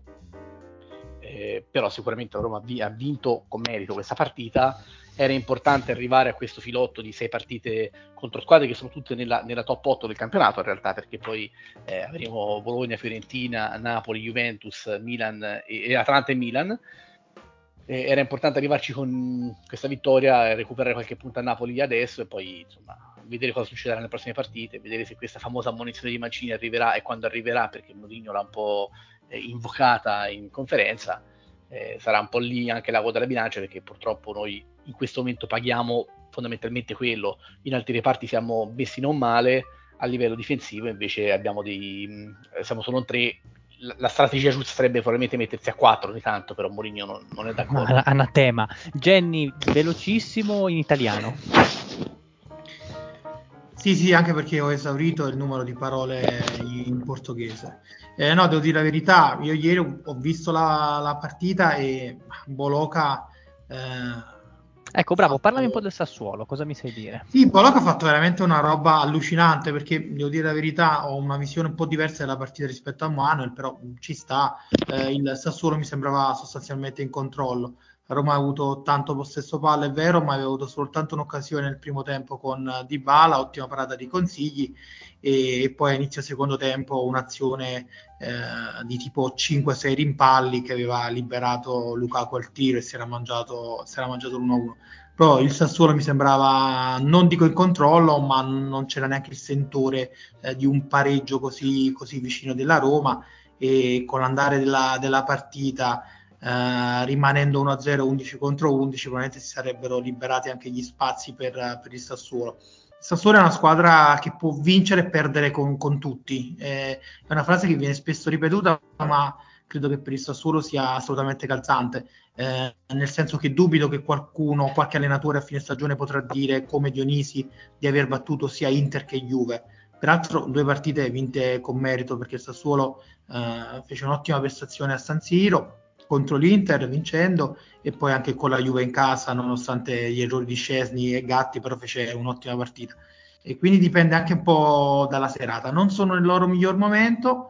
eh, però sicuramente la Roma ha vinto con merito questa partita. Era importante arrivare a questo filotto di sei partite contro squadre che sono tutte nella, nella top otto del campionato in realtà, perché poi eh, avremo Bologna, Fiorentina, Napoli, Juventus, Milan e, e Atalanta e Milan. Eh, era importante arrivarci con questa vittoria e recuperare qualche punto a Napoli adesso, e poi insomma vedere cosa succederà nelle prossime partite, vedere se questa famosa ammonizione di Mancini arriverà e quando arriverà, perché Mourinho l'ha un po' eh, invocata in conferenza. Eh, sarà un po' lì anche l'ago della bilancia, perché purtroppo noi in questo momento paghiamo fondamentalmente quello. In altri reparti siamo messi non male, a livello difensivo invece abbiamo dei siamo solo in tre. La, la strategia giusta sarebbe probabilmente mettersi a quattro ogni tanto, però Mourinho non, non è d'accordo. Anatema. Jenny, velocissimo in italiano. Sì, sì, anche perché ho esaurito il numero di parole in portoghese. Eh, no, devo dire la verità, io ieri ho, ho visto la, la partita e Boloca... Eh, Ecco, ha bravo, parlami un po' fatto... del Sassuolo, cosa mi sai dire? Sì, Boloca ha fatto veramente una roba allucinante perché, devo dire la verità, ho una visione un po' diversa della partita rispetto a Manuel, però ci sta. Eh, il Sassuolo mi sembrava sostanzialmente in controllo. La Roma ha avuto tanto possesso palla, è vero, ma aveva avuto soltanto un'occasione nel primo tempo con eh, Dybala, ottima parata di Consigli, e, e poi a inizio secondo tempo un'azione eh, di tipo cinque sei rimpalli che aveva liberato Lukaku al tiro e si era mangiato, si era mangiato l'uno a uno. Però il Sassuolo mi sembrava, non dico in controllo, ma non c'era neanche il sentore eh, di un pareggio così, così vicino della Roma, e con l'andare della, della partita eh, rimanendo uno a zero, undici contro undici, probabilmente si sarebbero liberati anche gli spazi per, per il Sassuolo. Il Sassuolo è una squadra che può vincere e perdere con, con tutti. Eh, è una frase che viene spesso ripetuta, ma credo che per il Sassuolo sia assolutamente calzante. Eh, nel senso che dubito che qualcuno, qualche allenatore a fine stagione potrà dire, come Dionisi, di aver battuto sia Inter che Juve. Peraltro due partite vinte con merito, perché il Sassuolo eh, fece un'ottima prestazione a San Siro contro l'Inter vincendo, e poi anche con la Juve in casa, nonostante gli errori di Szczesny e Gatti, però fece un'ottima partita. E quindi dipende anche un po' dalla serata. Non sono nel loro miglior momento,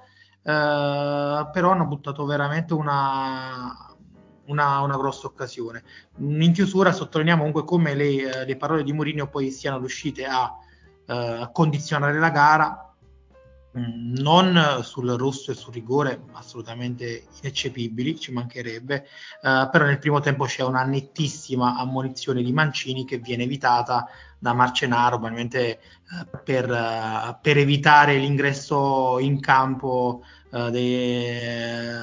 eh, però hanno buttato veramente una una, una grossa occasione. In chiusura sottolineiamo comunque come le, le parole di Mourinho poi siano riuscite a eh, condizionare la gara, mh, non sul rosso e sul rigore, assolutamente ineccepibili, ci mancherebbe, eh, però nel primo tempo c'è una nettissima ammonizione di Mancini che viene evitata da Marcenaro, probabilmente eh, per, uh, per evitare l'ingresso in campo uh, dei,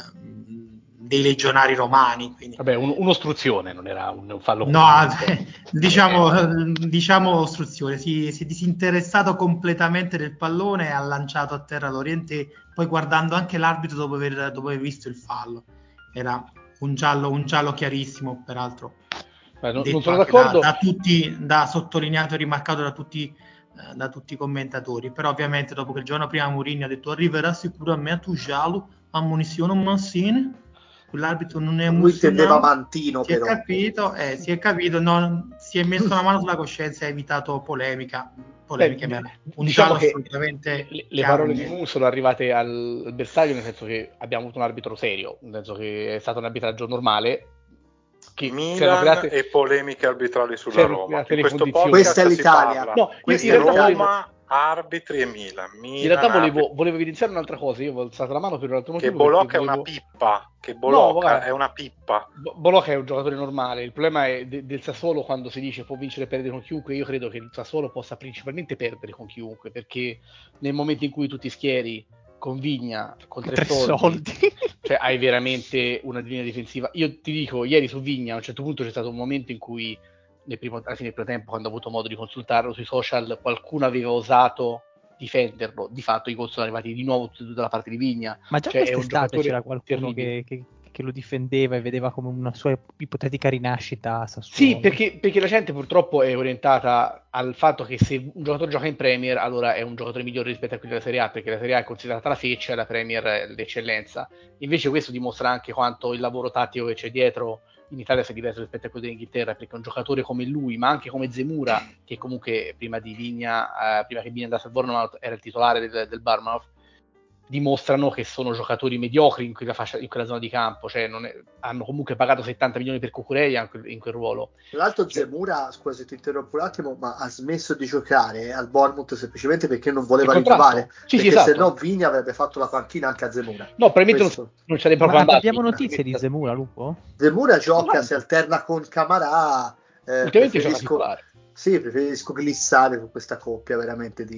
dei legionari romani. Quindi. Vabbè, un, un'ostruzione, non era un, un fallo No, completo. diciamo, diciamo ostruzione, si, si è disinteressato completamente del pallone e ha lanciato a terra Lorientè, poi guardando anche l'arbitro dopo aver, dopo aver visto il fallo. Era un giallo, un giallo chiarissimo, peraltro. Beh, non, non Detto sono anche da, d'accordo. da tutti, da sottolineato e rimarcato da tutti, eh, da tutti i commentatori. Però ovviamente dopo che il giorno prima Mourinho ha detto arriverà sicuramente un giallo, ammonizione Mancini, quell'arbitro non è Lui intendeva musulmano, Mantino, si è però. capito, eh, si è capito, non, si è messo una mano sulla coscienza e ha evitato polemica, polemiche, Beh, ma un diciamo giallo che assolutamente le, le chiaro. parole di Mu sono arrivate al, al bersaglio, nel senso che abbiamo avuto un arbitro serio, nel senso che è stato un arbitraggio normale, che si erano Milan create, e polemiche arbitrali si sulla erano Roma. create In le questo condizioni. podcast Questa è si l'Italia. parla No, io in Questa è realtà l'Italia. volevo, Roma, arbitri e Milan. in realtà Milan, volevo, arbitri. volevo evidenziare un'altra cosa. Io ho alzato la mano per un altro Che motivo, perché Bolocca è una volevo... pippa. Che No, Bolocca guarda, è una pippa. Bo- Bologna è un giocatore normale. Il problema è de- del Sassuolo, quando si dice può vincere e perdere con chiunque. Io credo che il Sassuolo possa principalmente perdere con chiunque, perché nel momento in cui tu ti schieri con Vigna, con tre, Tre soldi, soldi. cioè hai veramente una linea difensiva. Io ti dico, ieri su Vigna a un certo punto c'è stato un momento in cui nel primo, alla fine del primo tempo, quando ho avuto modo di consultarlo sui social, qualcuno aveva osato difenderlo. Di fatto i gol sono arrivati di nuovo dalla parte di Vigna. Ma già Cioè è un quest'estate giocatore c'era qualcuno terribile. che, che, che lo difendeva e vedeva come una sua ipotetica rinascita a Sassuolo. Sì, perché, perché la gente purtroppo è orientata al fatto che se un giocatore gioca in Premier, allora è un giocatore migliore rispetto a quelli della Serie A, perché la Serie A è considerata la feccia e la Premier è l'eccellenza. Invece questo dimostra anche quanto il lavoro tattico che c'è dietro in Italia sia diverso rispetto a quello dell'Inghilterra, perché un giocatore come lui, ma anche come Zemura, che comunque prima di Vigna, eh, prima che Vigna andasse al Bournemouth, era il titolare del, del Bournemouth, dimostrano che sono giocatori mediocri in quella, fascia, in quella zona di campo, cioè non è, hanno comunque pagato settanta milioni per Cucurella in quel, in quel ruolo. Tra l'altro Zemura, scusa se ti interrompo un attimo, ma ha smesso di giocare al Bournemouth semplicemente perché non voleva rinnovare, Sì, perché sì, esatto. se no Vigna avrebbe fatto la panchina anche a Zemura. No, probabilmente Questo. non, non ci sarebbe Ma proprio andato. abbiamo notizie di Zemura, Lupo? Zemura gioca, No, si alterna con Camarà, eh, ultimamente gioca preferisco, titolare. sì, preferisco glissare con questa coppia veramente di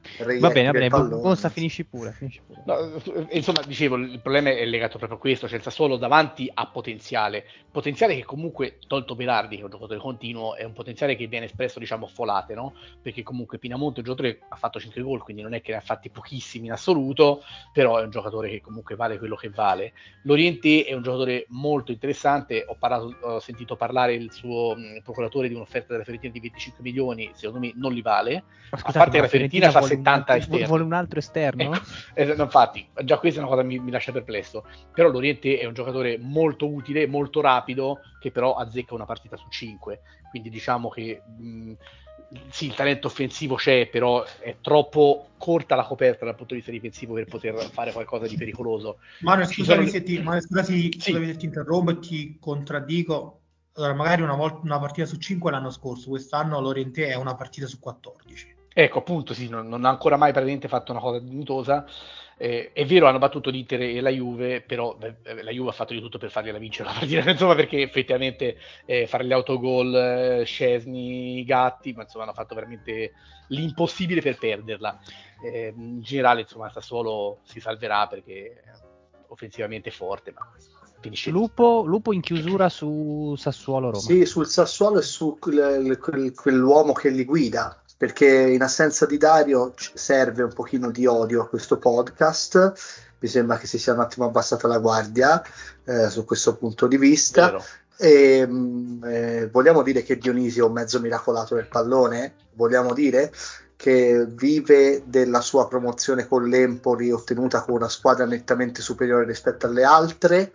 Va bene, va bene, Bonsa, finisci pure, finisci pure. No, insomma, dicevo, il problema è legato proprio a questo, cioè il Sassuolo davanti ha potenziale, potenziale che comunque, tolto Berardi, che è un giocatore continuo, è un potenziale che viene espresso, diciamo, a folate, no? Perché comunque Pinamonti è un giocatore che ha fatto cinque gol, quindi non è che ne ha fatti pochissimi in assoluto, però è un giocatore che comunque vale quello che vale. Lorientè è un giocatore molto interessante, ho, parlato, ho sentito parlare il suo mh, procuratore di un'offerta della Fiorentina di venticinque milioni, secondo me non li vale. Ma scusate, a parte che la Fiorentina, Fiorentina fa settanta un, esterni. Vuole un altro esterno? Ecco, eh, infatti, già questa è una cosa che mi, mi lascia perplesso. Però Lorientè è un giocatore molto utile, molto rapido, che però azzecca una partita su cinque. Quindi diciamo che mh, sì, il talento offensivo c'è, però è troppo corta la coperta dal punto di vista difensivo per poter fare qualcosa di pericoloso. Mario, Ci scusami, sono... se ti, Mario, scusami, sì. scusami se ti interrompo e ti contraddico. Allora, magari una, volta, una partita su cinque l'anno scorso, quest'anno Lorientè è una partita su quattordici. Ecco, appunto, sì, non, non ha ancora mai praticamente fatto una cosa dignitosa. Eh, è vero, hanno battuto l'Inter e la Juve, però beh, la Juve ha fatto di tutto per fargliela vincere la partita, insomma, perché effettivamente eh, fare gli autogol, eh, Szczesny, Gatti, ma insomma hanno fatto veramente l'impossibile per perderla. Eh, in generale, insomma, Sassuolo si salverà perché è offensivamente forte, ma finisce lì. Lupo, Lupo in chiusura su Sassuolo Roma. Sì, sul Sassuolo e su quel, quel, quell'uomo che li guida, perché in assenza di Dario serve un pochino di odio a questo podcast. Mi sembra che si sia un attimo abbassata la guardia eh, su questo punto di vista. Vero. E, mh, eh, vogliamo dire che Dionisio è un mezzo miracolato del pallone? Vogliamo dire che vive della sua promozione con l'Empoli ottenuta con una squadra nettamente superiore rispetto alle altre,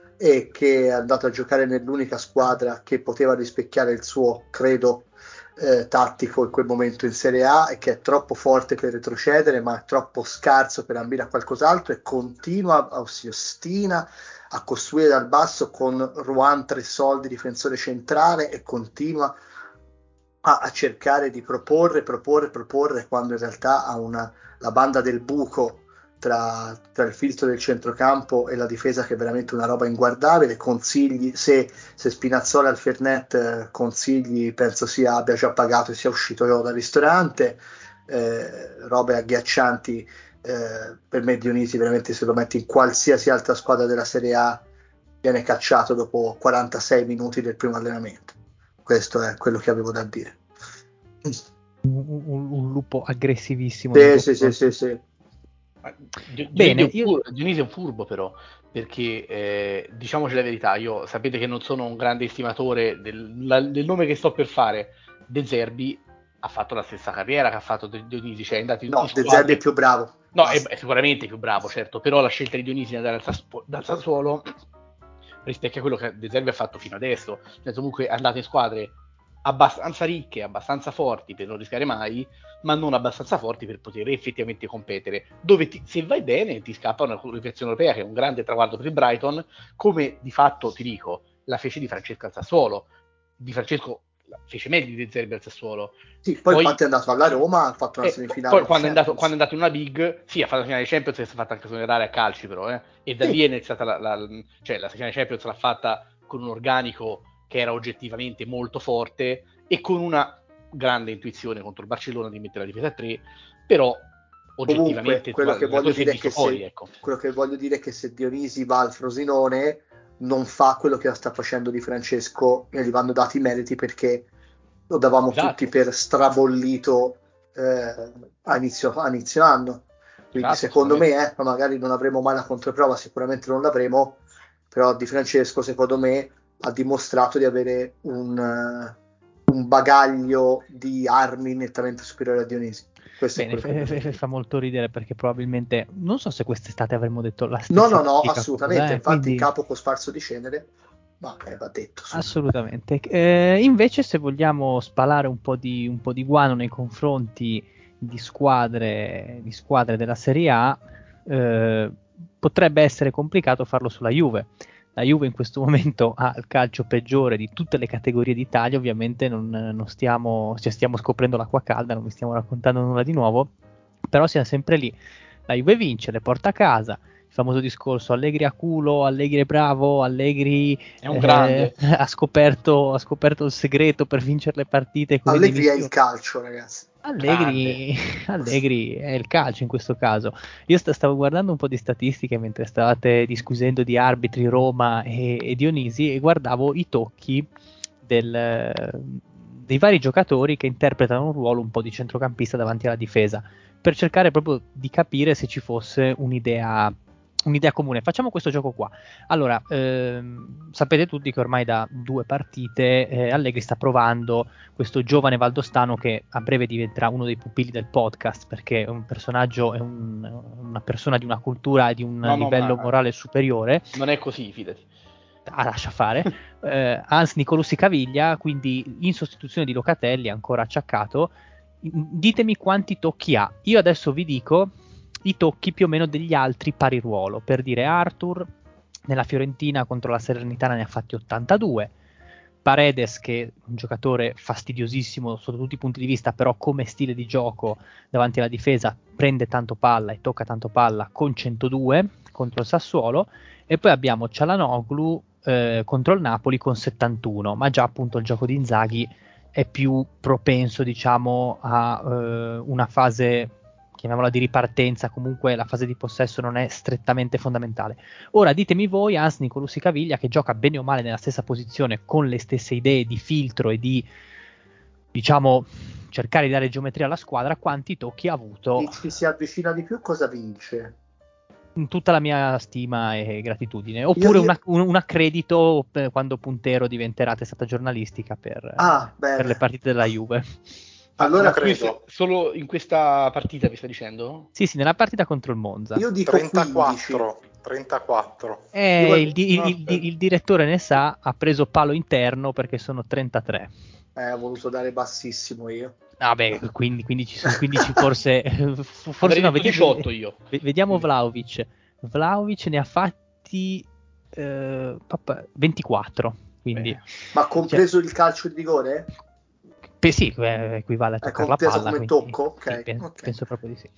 e che è andato a giocare nell'unica squadra che poteva rispecchiare il suo credo eh, tattico in quel momento in Serie A, e che è troppo forte per retrocedere ma è troppo scarso per ambire a qualcos'altro, e continua, si ostina a costruire dal basso con Ruan tre soldi difensore centrale, e continua a, a cercare di proporre, proporre, proporre, quando in realtà ha una, la banda del buco Tra, tra il filtro del centrocampo e la difesa, che è veramente una roba inguardabile. Consigli, se, se Spinazzola al Fernet eh, consigli, penso sia abbia già pagato e sia uscito io dal ristorante, eh, robe agghiaccianti. Eh, per me Dionisi veramente, se lo metti in qualsiasi altra squadra della Serie A, viene cacciato dopo quarantasei minuti del primo allenamento. Questo è quello che avevo da dire. Un, un, un lupo aggressivissimo. Sì, sì, sì, sì, sì. Dionisio, Bene, io... Dionisio è un furbo, però, perché eh, diciamoci la verità, io sapete che non sono un grande estimatore del, la, del nome che sto per fare. De Zerbi ha fatto la stessa carriera che ha fatto Dionisio, cioè è andato in, no, in De Zerbi è più bravo. No, è, è sicuramente più bravo, certo, però la scelta di Dionisio di andare al, dal Sassuolo rispecchia quello che De Zerbi ha fatto fino adesso. Cioè, comunque è andato in squadre abbastanza ricche, abbastanza forti per non rischiare mai, ma non abbastanza forti per poter effettivamente competere, dove ti, se vai bene ti scappa una qualificazione europea, che è un grande traguardo per il Brighton, come di fatto, ti dico, la fece di Francesco al Sassuolo. Di Francesco fece meglio di De Zerbi al Sassuolo. Sì, poi, poi infatti è andato alla Roma, ha fatto una eh, semifinale poi quando è, andato, Champions. quando è andato in una big, sì, ha fatto la finale Champions e si è fatta anche sonerare a calci, però, eh, e da sì. lì è iniziata la, la, cioè la finale Champions l'ha fatta con un organico che era oggettivamente molto forte e con una grande intuizione contro il Barcellona di mettere la difesa a tre, però Comunque, oggettivamente quello che voglio dire è che fuori, se, ecco. quello che voglio dire è che se Dionisi va al Frosinone non fa quello che sta facendo Di Francesco, e gli vanno dati i meriti, perché lo davamo Esatto. tutti per strabollito eh, a, inizio, a inizio anno. Quindi Esatto, secondo me, eh, magari non avremo mai la controprova, sicuramente non l'avremo, però Di Francesco secondo me ha dimostrato di avere un, uh, un bagaglio di armi nettamente superiore a Dionisi. Questo Bene, è quello f- che f- fa molto ridere, perché probabilmente, non so se quest'estate avremmo detto la no, stessa no, no, identica assolutamente. cosa, eh, Infatti, quindi... capo cosparso di cenere, ma eh, va detto. Su. Assolutamente. Eh, invece, se vogliamo spalare un po' di, un po' di guano nei confronti di squadre, di squadre della Serie A, eh, potrebbe essere complicato farlo sulla Juve. La Juve in questo momento ha il calcio peggiore di tutte le categorie d'Italia, ovviamente non, non stiamo, cioè stiamo scoprendo l'acqua calda, non vi stiamo raccontando nulla di nuovo, però siamo sempre lì. La Juve vince, le porta a casa, famoso discorso Allegri a culo, Allegri è bravo, Allegri è un eh, grande, ha scoperto, ha scoperto il segreto per vincere le partite. Allegri è il calcio, ragazzi. Allegri, Allegri è il calcio in questo caso. Io st- stavo guardando un po' di statistiche mentre stavate discutendo di arbitri Roma e, e Dionisi, e guardavo i tocchi del, dei vari giocatori che interpretano un ruolo un po' di centrocampista davanti alla difesa, per cercare proprio di capire se ci fosse un'idea un'idea comune. Facciamo questo gioco qua. Allora, ehm, sapete tutti che ormai da due partite eh, Allegri sta provando questo giovane valdostano che a breve diventerà uno dei pupilli del podcast, perché è un personaggio, è un, una persona di una cultura e di un no, livello no, morale superiore. Non è così, fidati. Ah, lascia fare. eh, Hans Nicolussi Caviglia, quindi in sostituzione di Locatelli, ancora acciaccato. Ditemi quanti tocchi ha. Io adesso vi dico i tocchi più o meno degli altri pari ruolo. Per dire, Arthur nella Fiorentina contro la Salernitana ne ha fatti ottantadue. Paredes, che è un giocatore fastidiosissimo sotto tutti i punti di vista, però come stile di gioco davanti alla difesa prende tanto palla e tocca tanto palla, con centodue contro il Sassuolo. E poi abbiamo Çalhanoğlu eh, contro il Napoli con settantuno, ma già appunto il gioco di Inzaghi è più propenso, diciamo, a eh, una fase, chiamiamola di ripartenza, comunque la fase di possesso non è strettamente fondamentale. Ora ditemi voi, Hans Nicolussi Caviglia, che gioca bene o male nella stessa posizione, con le stesse idee di filtro e di, diciamo, cercare di dare geometria alla squadra, quanti tocchi ha avuto? Chi ci si avvicina di più cosa vince? In tutta la mia stima e gratitudine, oppure io, io... un, un accredito quando Puntero diventerà testata giornalistica per, ah, per le partite della Juve. Allora credo solo in questa partita mi stai dicendo? Sì, sì, nella partita contro il Monza. Io dico trentaquattro, trentaquattro. Eh, il, di, il, il, il direttore ne sa, ha preso palo interno perché sono trentatré. Eh, ho voluto dare bassissimo io. Vabbè, ah, quindi, quindi, quindici forse, forse no, vediamo, diciotto io. Vediamo Vlahovic. Vlahovic ne ha fatti eh, ventiquattro. Quindi, eh. Ma compreso cioè, il calcio di rigore? Beh, sì, equivale a toccare la palla. Come quindi, tocco? Okay. Sì, penso, okay. penso proprio di sì.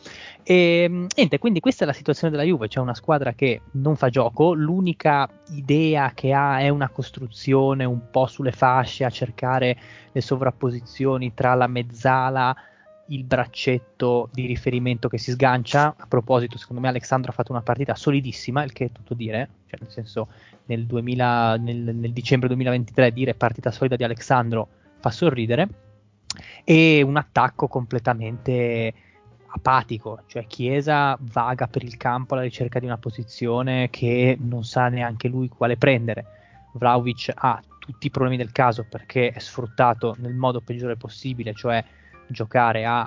E, niente, quindi questa è la situazione della Juve, c'è una squadra che non fa gioco, l'unica idea che ha è una costruzione un po' sulle fasce, a cercare le sovrapposizioni tra la mezzala, il braccetto di riferimento che si sgancia. A proposito, secondo me Alexandro ha fatto una partita solidissima, il che è tutto dire, cioè nel senso nel, duemila, nel, nel dicembre duemilaventitré dire partita solida di Alexandro fa sorridere. E un attacco completamente apatico, cioè Chiesa vaga per il campo alla ricerca di una posizione che non sa neanche lui quale prendere. Vlahovic ha tutti i problemi del caso perché è sfruttato nel modo peggiore possibile, cioè giocare a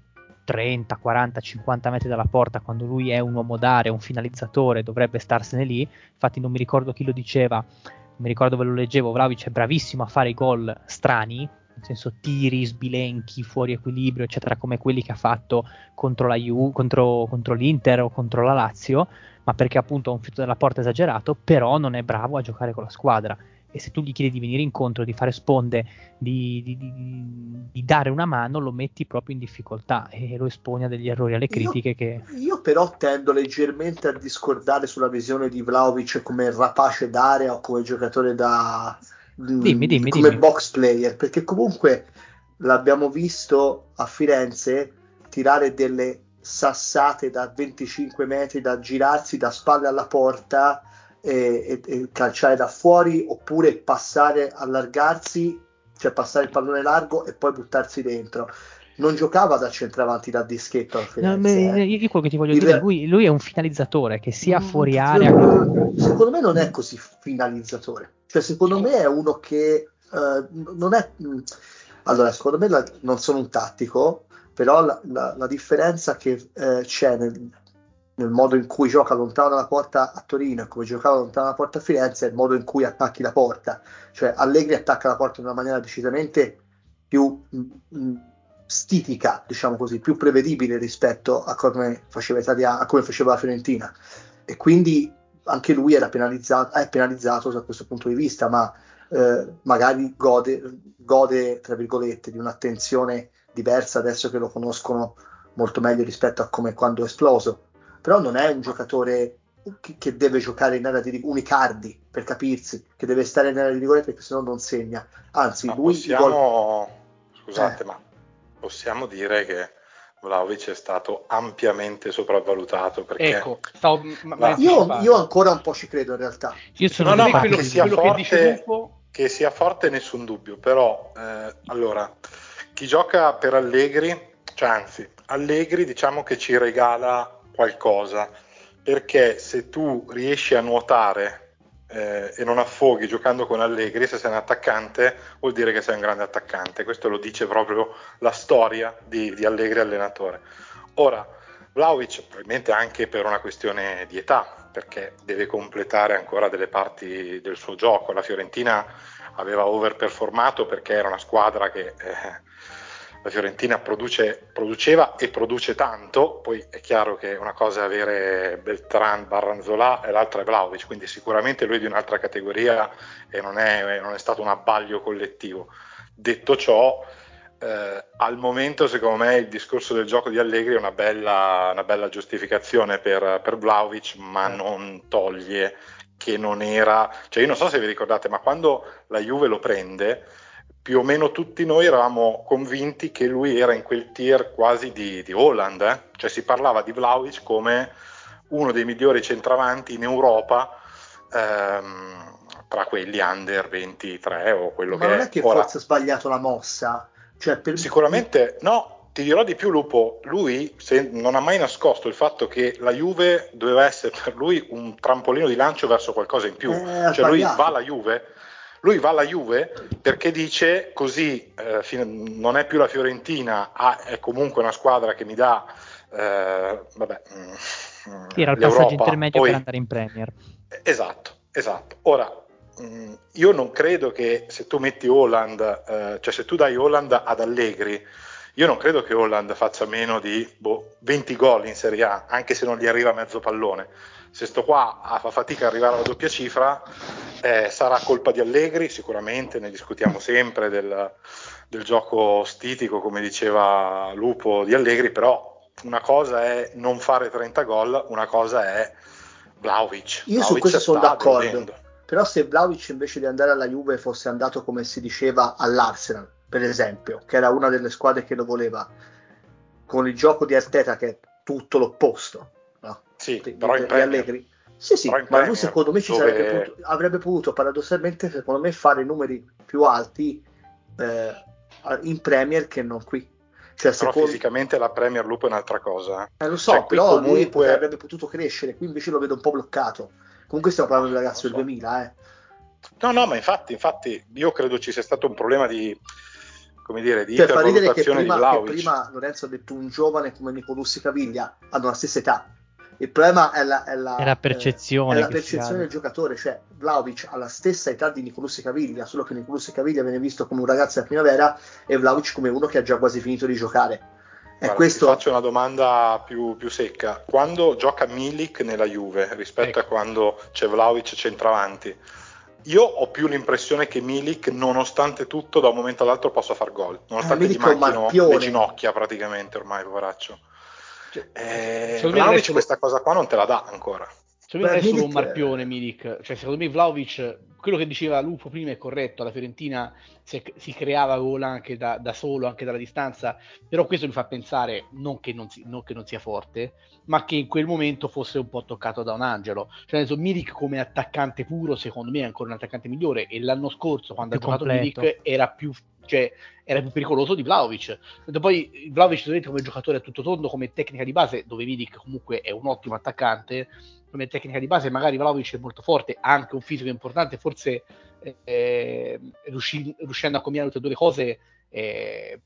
trenta, quaranta, cinquanta metri dalla porta quando lui è un uomo d'area, un finalizzatore, dovrebbe starsene lì. Infatti non mi ricordo chi lo diceva, non mi ricordo dove lo leggevo, Vlahovic è bravissimo a fare i gol strani, nel senso tiri, sbilenchi, fuori equilibrio, eccetera, come quelli che ha fatto contro la Ju, contro, contro l'Inter o contro la Lazio, ma perché appunto ha un fiuto della porta esagerato, però non è bravo a giocare con la squadra. E se tu gli chiedi di venire incontro, di fare sponde, di, di, di, di dare una mano, lo metti proprio in difficoltà e lo esponi a degli errori, alle critiche. Io, che io però tendo leggermente a discordare sulla visione di Vlahovic come rapace d'area o come giocatore da dimmi, dimmi, come dimmi. box player, perché comunque l'abbiamo visto a Firenze tirare delle sassate da venticinque metri, da girarsi da spalle alla porta e, e, e calciare da fuori, oppure passare, allargarsi, cioè passare il pallone largo e poi buttarsi dentro. Non giocava da centravanti, da dischetto a Firenze. No, eh. io quello che ti voglio Il... dire, lui, lui è un finalizzatore che sia fuori area. Secondo me non è così finalizzatore. Cioè, secondo me è uno che uh, non è. Allora, secondo me la, non sono un tattico, però la, la, la differenza che uh, c'è nel, nel modo in cui gioca lontano dalla porta a Torino e come giocava lontano dalla porta a Firenze è il modo in cui attacchi la porta. Cioè, Allegri attacca la porta in una maniera decisamente più mh, stitica, diciamo così, più prevedibile rispetto a come faceva Italia, a come faceva la Fiorentina, e quindi anche lui era penalizzato, è penalizzato da questo punto di vista, ma eh, magari gode, gode, tra virgolette, di un'attenzione diversa adesso che lo conoscono molto meglio rispetto a come quando è esploso. Però non è un giocatore che, che deve giocare in area di rigore, un Icardi per capirsi, che deve stare in area di rigore perché sennò non segna. Anzi, Ma lui possiamo, gol... scusate, eh. ma possiamo dire che Vlahovic è stato ampiamente sopravvalutato perché Ecco, stavo, ma, la... io, io ancora un po' ci credo in realtà. Io sono no, no, ma quello, che sia quello che dice forte, Lupo, che sia forte nessun dubbio, però eh, allora chi gioca per Allegri, cioè anzi Allegri diciamo che ci regala qualcosa, perché se tu riesci a nuotare eh, e non affoghi giocando con Allegri, se sei un attaccante vuol dire che sei un grande attaccante, questo lo dice proprio la storia di, di Allegri allenatore. Ora Vlahovic probabilmente anche per una questione di età, perché deve completare ancora delle parti del suo gioco. La Fiorentina aveva overperformato perché era una squadra che eh, la Fiorentina produce, produceva e produce tanto, poi è chiaro che una cosa è avere Beltran, Barranzola e l'altra è Vlahovic, quindi sicuramente lui è di un'altra categoria e non è, non è stato un abbaglio collettivo. Detto ciò, eh, al momento secondo me il discorso del gioco di Allegri è una bella, una bella giustificazione per, per Vlahovic, ma eh. non toglie che non era, cioè io non so se vi ricordate, ma quando la Juve lo prende più o meno tutti noi eravamo convinti che lui era in quel tier quasi di, di Haaland, eh? Cioè si parlava di Vlahovic come uno dei migliori centravanti in Europa ehm, tra quelli under ventitré o quello ma che non è. è che Ora, forse ha sbagliato la mossa, cioè per... sicuramente no, ti dirò di più Lupo, lui se, non ha mai nascosto il fatto che la Juve doveva essere per lui un trampolino di lancio verso qualcosa in più, eh, cioè lui sbagliato. va alla Juve lui va alla Juve perché dice così eh, non è più la Fiorentina, ah, è comunque una squadra che mi dà eh, vabbè, sì, era il passaggio intermedio poi... per andare in Premier. Esatto, esatto. Ora mh, io non credo che se tu metti Haaland, eh, cioè se tu dai Haaland ad Allegri, io non credo che Haaland faccia meno di boh, venti gol in Serie A, anche se non gli arriva mezzo pallone. Se sto qua a fa fatica a arrivare alla doppia cifra, eh, sarà colpa di Allegri, sicuramente, ne discutiamo sempre del, del gioco stitico, come diceva Lupo di Allegri, però una cosa è non fare trenta gol, una cosa è Vlahovic. Io Vlahovic su questo sono d'accordo, deludendo. però se Vlahovic invece di andare alla Juve fosse andato, come si diceva, all'Arsenal, per esempio, che era una delle squadre che lo voleva, con il gioco di Arteta che è tutto l'opposto, no? Sì, di, però di, in di Allegri. Sì, sì, ma Premier, lui secondo me ci dove... sarebbe potuto, avrebbe potuto paradossalmente, secondo me, fare numeri più alti eh, in Premier che non qui. Cioè, però secondo... fisicamente la Premier Lupo è un'altra cosa. Eh, eh lo so, cioè, qui però comunque... lui potrebbe, avrebbe potuto crescere, qui invece lo vedo un po' bloccato. Comunque stiamo parlando del ragazzo so. del duemila, eh. No, no, ma infatti, infatti io credo ci sia stato un problema di, come dire, di Cioè, fa ridere che ipervalutazione di prima, che Vlahovic. prima Lorenzo ha detto un giovane come Nicolussi Caviglia hanno la stessa età. Il problema è la, è la, è la percezione, eh, è la che percezione del giocatore. Cioè, Vlahovic ha la stessa età di Nicolussi Caviglia, solo che Nicolussi Caviglia viene visto come un ragazzo della primavera e Vlahovic come uno che ha già quasi finito di giocare. Guarda, questo... ti faccio una domanda più, più secca. Quando gioca Milik nella Juve rispetto ecco. a quando c'è Vlahovic centravanti, io ho più l'impressione che Milik, nonostante tutto, da un momento all'altro possa far gol, nonostante eh, gli manchino le ginocchia praticamente ormai, poveraccio. Cioè, eh, Vlahovic solo... questa cosa qua non te la dà ancora. Secondo me non è solo un marpione Milik, cioè secondo me Vlahovic, quello che diceva Lupo prima è corretto, la Fiorentina si, si creava gol anche da, da solo, anche dalla distanza, però questo mi fa pensare non che non, si, non che non sia forte, ma che in quel momento fosse un po' toccato da un angelo. Cioè adesso Milik come attaccante puro secondo me è ancora un attaccante migliore, e l'anno scorso quando più ha giocato completo. Milik era più, cioè, era più pericoloso di Vlahovic. Poi Vlahovic come giocatore a tutto tondo, come tecnica di base, dove Milik comunque è un ottimo attaccante, come tecnica di base magari Vlahovic è molto forte, ha anche un fisico importante, forse eh, riusci- riuscendo a combinare tutte e due le cose eh,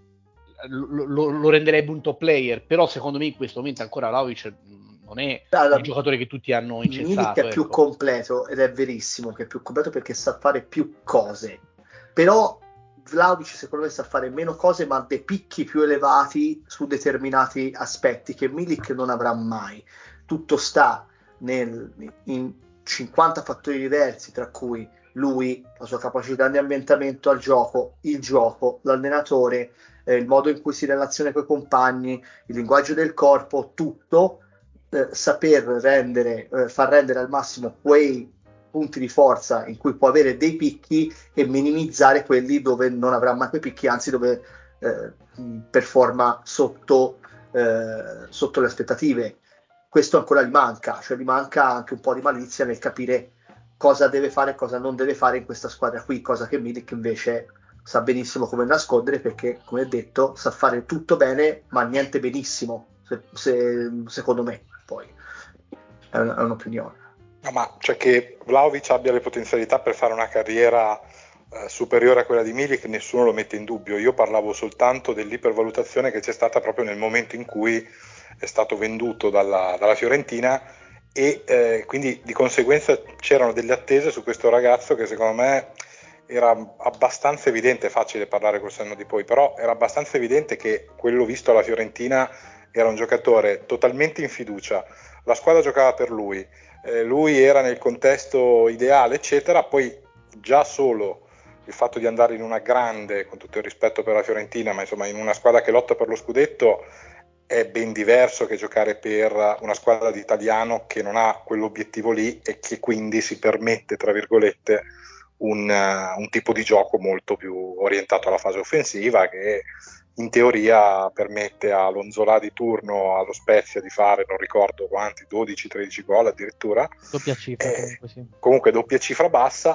lo, lo, lo renderebbe un top player, però secondo me in questo momento ancora Vlahovic non è allora, il giocatore che tutti hanno incensato. Milik è ecco. più completo, ed è verissimo che è più completo perché sa fare più cose, però Vlahovic secondo me sa fare meno cose ma dei picchi più elevati su determinati aspetti che Milik non avrà mai. Tutto sta nel, in cinquanta fattori diversi, tra cui lui, la sua capacità di ambientamento al gioco, il gioco, l'allenatore, eh, il modo in cui si relaziona con i compagni, il linguaggio del corpo, tutto eh, saper rendere, eh, far rendere al massimo quei punti di forza in cui può avere dei picchi e minimizzare quelli dove non avrà mai quei picchi, anzi dove eh, performa sotto, eh, sotto le aspettative. Questo ancora gli manca, cioè gli manca anche un po' di malizia nel capire cosa deve fare e cosa non deve fare in questa squadra qui, cosa che Milik invece sa benissimo come nascondere, perché come detto sa fare tutto bene ma niente benissimo, se, se, secondo me. Poi è, un, è un'opinione. No, ma cioè che Vlahovic abbia le potenzialità per fare una carriera eh, superiore a quella di Milik, nessuno lo mette in dubbio. Io parlavo soltanto dell'ipervalutazione che c'è stata proprio nel momento in cui è stato venduto dalla, dalla Fiorentina, e eh, quindi di conseguenza c'erano delle attese su questo ragazzo che secondo me era abbastanza evidente, è facile parlare col senno di poi, però era abbastanza evidente che quello visto alla Fiorentina era un giocatore totalmente in fiducia, la squadra giocava per lui, eh, lui era nel contesto ideale eccetera. Poi già solo il fatto di andare in una grande, con tutto il rispetto per la Fiorentina, ma insomma in una squadra che lotta per lo scudetto è ben diverso che giocare per una squadra di italiano che non ha quell'obiettivo lì e che quindi si permette, tra virgolette, un, uh, un tipo di gioco molto più orientato alla fase offensiva, che in teoria permette a Lonzola di turno, allo Spezia, di fare non ricordo quanti, dodici tredici gol addirittura, doppia cifra, eh, comunque, sì. comunque doppia cifra bassa.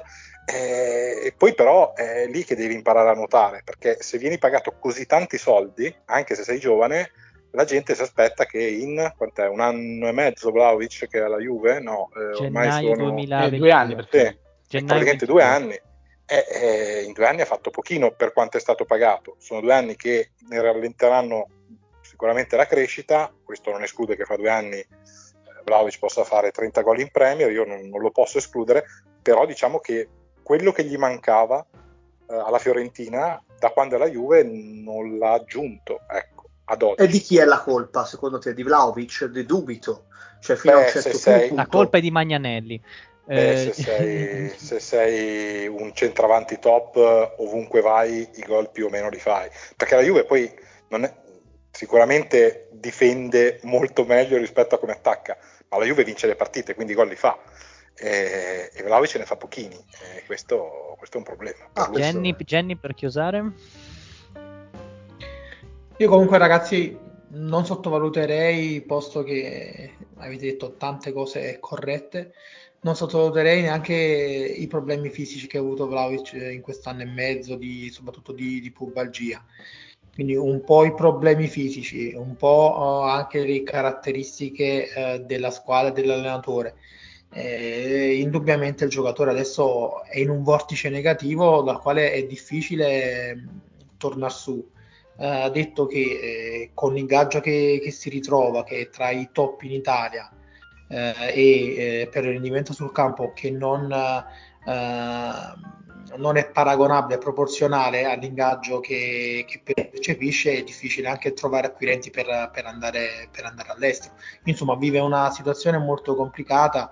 Eh, e poi però è lì che devi imparare a nuotare, perché se vieni pagato così tanti soldi, anche se sei giovane, la gente si aspetta che in quant'è, un anno e mezzo Vlahovic che è alla Juve, no, eh, ormai Gennaio sono duemilaventidue. Eh, due anni sì, perché Gennaio praticamente ventidue. due anni. Eh, eh, in due anni ha fatto pochino per quanto è stato pagato. Sono due anni che ne rallenteranno sicuramente la crescita. Questo non esclude che fra due anni eh, Vlahovic possa fare trenta gol in Premier, io non, non lo posso escludere, però diciamo che quello che gli mancava eh, alla Fiorentina da quando è alla Juve non l'ha aggiunto, ecco, ad oggi. E di chi è la colpa secondo te? Di Vlahovic? Di dubito, cioè fino Beh, a un certo se sei, punto. La colpa è di Magnanelli. Beh, Eh, se sei, se sei un centravanti top, ovunque vai i gol più o meno li fai, perché la Juve poi non è, sicuramente difende molto meglio rispetto a come attacca, ma la Juve vince le partite, quindi i gol li fa, e, e Vlahovic ne fa pochini, e questo, questo è un problema per Ah, lui. Jenny, Jenny, per chiusare? Io comunque ragazzi non sottovaluterei, posto che avete detto tante cose corrette, non sottovaluterei neanche i problemi fisici che ha avuto Vlahovic in quest'anno e mezzo, di, soprattutto di, di pubalgia. Quindi un po' i problemi fisici, un po' anche le caratteristiche eh, della squadra e dell'allenatore. Eh, indubbiamente il giocatore adesso è in un vortice negativo dal quale è difficile tornare su. Eh, ha detto che eh, con l'ingaggio che, che si ritrova, che è tra i top in Italia, eh, e eh, per il rendimento sul campo che non, eh, non è paragonabile, è proporzionale all'ingaggio che, che percepisce, è difficile anche trovare acquirenti per, per, andare, per andare all'estero. Insomma, vive una situazione molto complicata.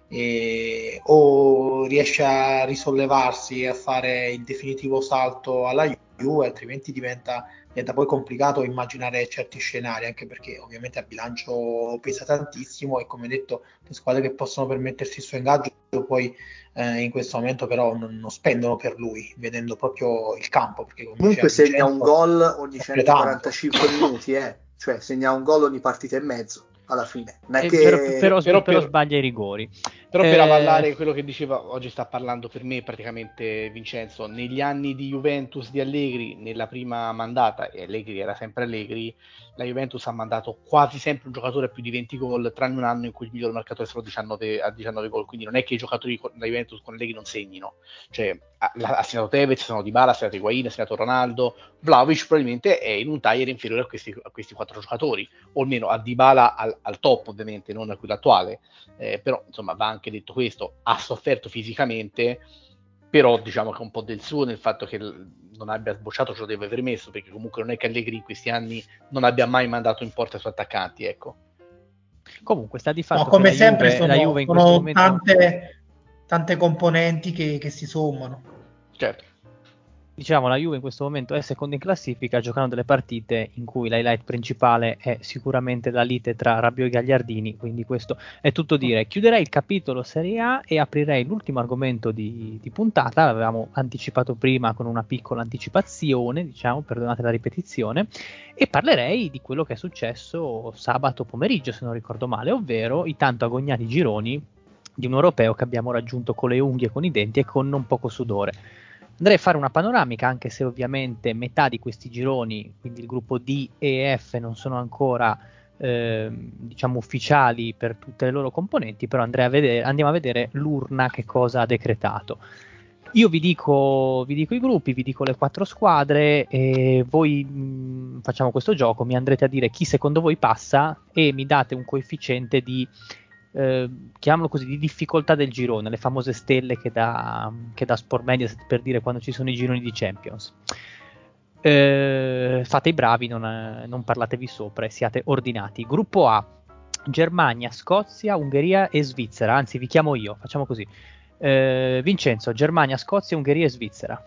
E o riesce a risollevarsi e a fare il definitivo salto alla Juve, altrimenti diventa, diventa poi complicato immaginare certi scenari, anche perché ovviamente a bilancio pesa tantissimo e come detto le squadre che possono permettersi il suo ingaggio poi eh, in questo momento però non, non spendono per lui, vedendo proprio il campo, perché come Comunque diceva segna un Vincenzo, gol ogni offre tanto. centoquarantacinque minuti, eh. Cioè segna un gol ogni partita e mezzo alla fine. Non è Eh, che però, però, però però per- sbaglia i rigori. Però per Eh, avallare quello che diceva, oggi sta parlando per me praticamente Vincenzo, negli anni di Juventus di Allegri, nella prima mandata, e Allegri era sempre Allegri, la Juventus ha mandato quasi sempre un giocatore a più di venti gol, tranne un anno in cui il miglior marcatore è stato diciannove, a diciannove gol, quindi non è che i giocatori della Juventus con Allegri non segnino, cioè ha, ha segnato Tevez, ha segnato Dybala, ha segnato Higuain, ha segnato Ronaldo, Vlahovic probabilmente è in un tier inferiore a questi, a questi quattro giocatori, o almeno a Dybala al, al top ovviamente, non a quello attuale. Eh, però insomma va anche detto questo, ha sofferto fisicamente, però diciamo che è un po' del suo nel fatto che non abbia sbocciato ce lo deve aver messo, perché comunque non è che Allegri in questi anni non abbia mai mandato in porta i suoi attaccanti, ecco. Comunque sta di No, fatto come che la sempre Juve, la sono, Juve in questo sono momento tante, tante componenti che, che si sommano. Certo. diciamo, la Juve in questo momento è seconda in classifica, giocando delle partite in cui l'highlight principale è sicuramente la lite tra Rabiot e Gagliardini, quindi questo è tutto dire. Chiuderei il capitolo Serie A e aprirei l'ultimo argomento di, di puntata, l'avevamo anticipato prima con una piccola anticipazione, diciamo, perdonate la ripetizione, e parlerei di quello che è successo sabato pomeriggio, se non ricordo male, ovvero i tanto agognati gironi di un europeo che abbiamo raggiunto con le unghie, con i denti e con non poco sudore. Andrei a fare una panoramica, anche se ovviamente metà di questi gironi, quindi il gruppo D e F, non sono ancora eh, diciamo ufficiali per tutte le loro componenti, però andrei a vedere, andiamo a vedere l'urna che cosa ha decretato. Io vi dico, vi dico i gruppi, vi dico le quattro squadre e voi mh, facciamo questo gioco, mi andrete a dire chi secondo voi passa e mi date un coefficiente di Eh, chiamiamolo così, di difficoltà del girone, le famose stelle che dà, che dà Sport Mediaset per dire quando ci sono i gironi di Champions. Eh, fate i bravi, non, eh, non parlatevi sopra e siate ordinati. Gruppo A: Germania, Scozia, Ungheria e Svizzera. Anzi, vi chiamo io, facciamo così. Eh, Vincenzo, Germania, Scozia, Ungheria e Svizzera.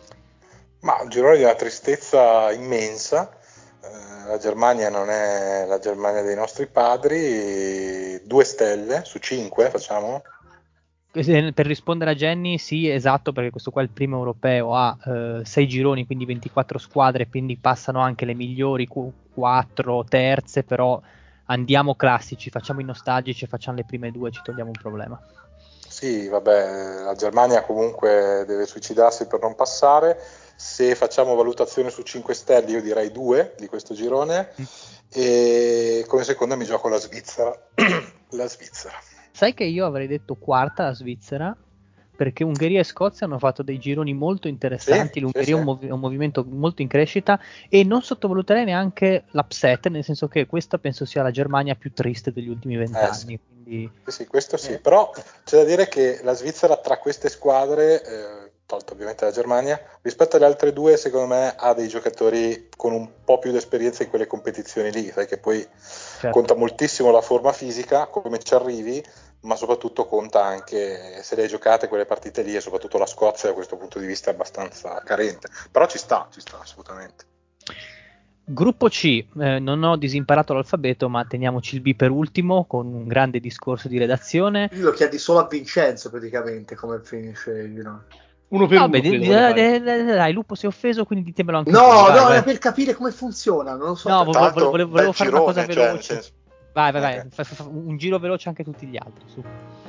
Ma un girone di una tristezza immensa. La Germania non è la Germania dei nostri padri, due stelle su cinque facciamo? Per rispondere a Jenny, sì, esatto, perché questo qua è il primo europeo, ha eh, sei gironi, quindi ventiquattro squadre, quindi passano anche le migliori quattro terze, però andiamo classici, facciamo i nostalgici, facciamo le prime due, ci togliamo un problema. Sì, vabbè, la Germania comunque deve suicidarsi per non passare. Se facciamo valutazione su cinque stelle, io direi due di questo girone, mm. e come seconda mi gioco la Svizzera. La Svizzera. Sai che io avrei detto quarta la Svizzera, perché Ungheria e Scozia hanno fatto dei gironi molto interessanti, sì, l'Ungheria è sì, un, mov- un movimento molto in crescita e non sottovaluterei neanche l'upset, nel senso che questa penso sia la Germania più triste degli ultimi vent'anni. Eh, sì. Quindi... Sì, sì, questo sì, eh. Però c'è da dire che la Svizzera tra queste squadre, eh, tolto ovviamente la Germania, rispetto alle altre due secondo me ha dei giocatori con un po' più di esperienza in quelle competizioni lì, sai che poi certo, conta moltissimo la forma fisica, come ci arrivi, ma soprattutto conta anche se le hai giocate quelle partite lì, e soprattutto la Scozia da questo punto di vista è abbastanza carente, però ci sta, ci sta assolutamente. Gruppo C, eh, non ho disimparato l'alfabeto, ma teniamoci il B per ultimo, con un grande discorso di redazione. Io lo chiedi solo a Vincenzo praticamente come finisce il girone. Uno per Vabbè, uno. di, di, dai, dai, dai, Lupo si è offeso, quindi ditemelo anche no, voi. No, vai, no, vai. È per capire come funziona, non lo so. No, volevo, volevo, volevo, volevo fare girone, una cosa cioè, veloce. senso... Vai, vai, okay. vai, fa, fa, un giro veloce anche tutti gli altri, su.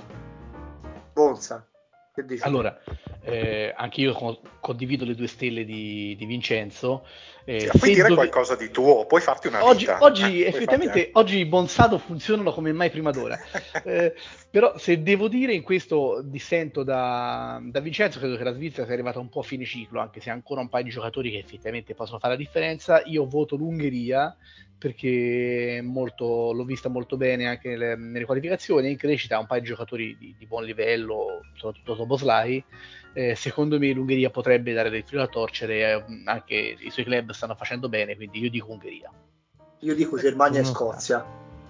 Bonsa. Che dici? Allora, eh, anche io con, condivido le due stelle di, di Vincenzo. Eh, sì, puoi dire dove... qualcosa di tuo, puoi farti una oggi, vita. Oggi eh, effettivamente, farti... oggi i Bonsato funzionano come mai prima d'ora. eh, però se devo dire, in questo dissento da, da Vincenzo, credo che la Svizzera sia arrivata un po' a fine ciclo, anche se ha ancora un paio di giocatori che effettivamente possono fare la differenza. Io voto l'Ungheria, perché molto, l'ho vista molto bene anche nelle, nelle qualificazioni, in crescita, ha un paio di giocatori di, di buon livello, soprattutto Szoboszlai. Eh, secondo me l'Ungheria potrebbe dare del filo da torcere, eh, anche i suoi club stanno facendo bene, quindi io dico Ungheria. Io dico Germania e Scozia.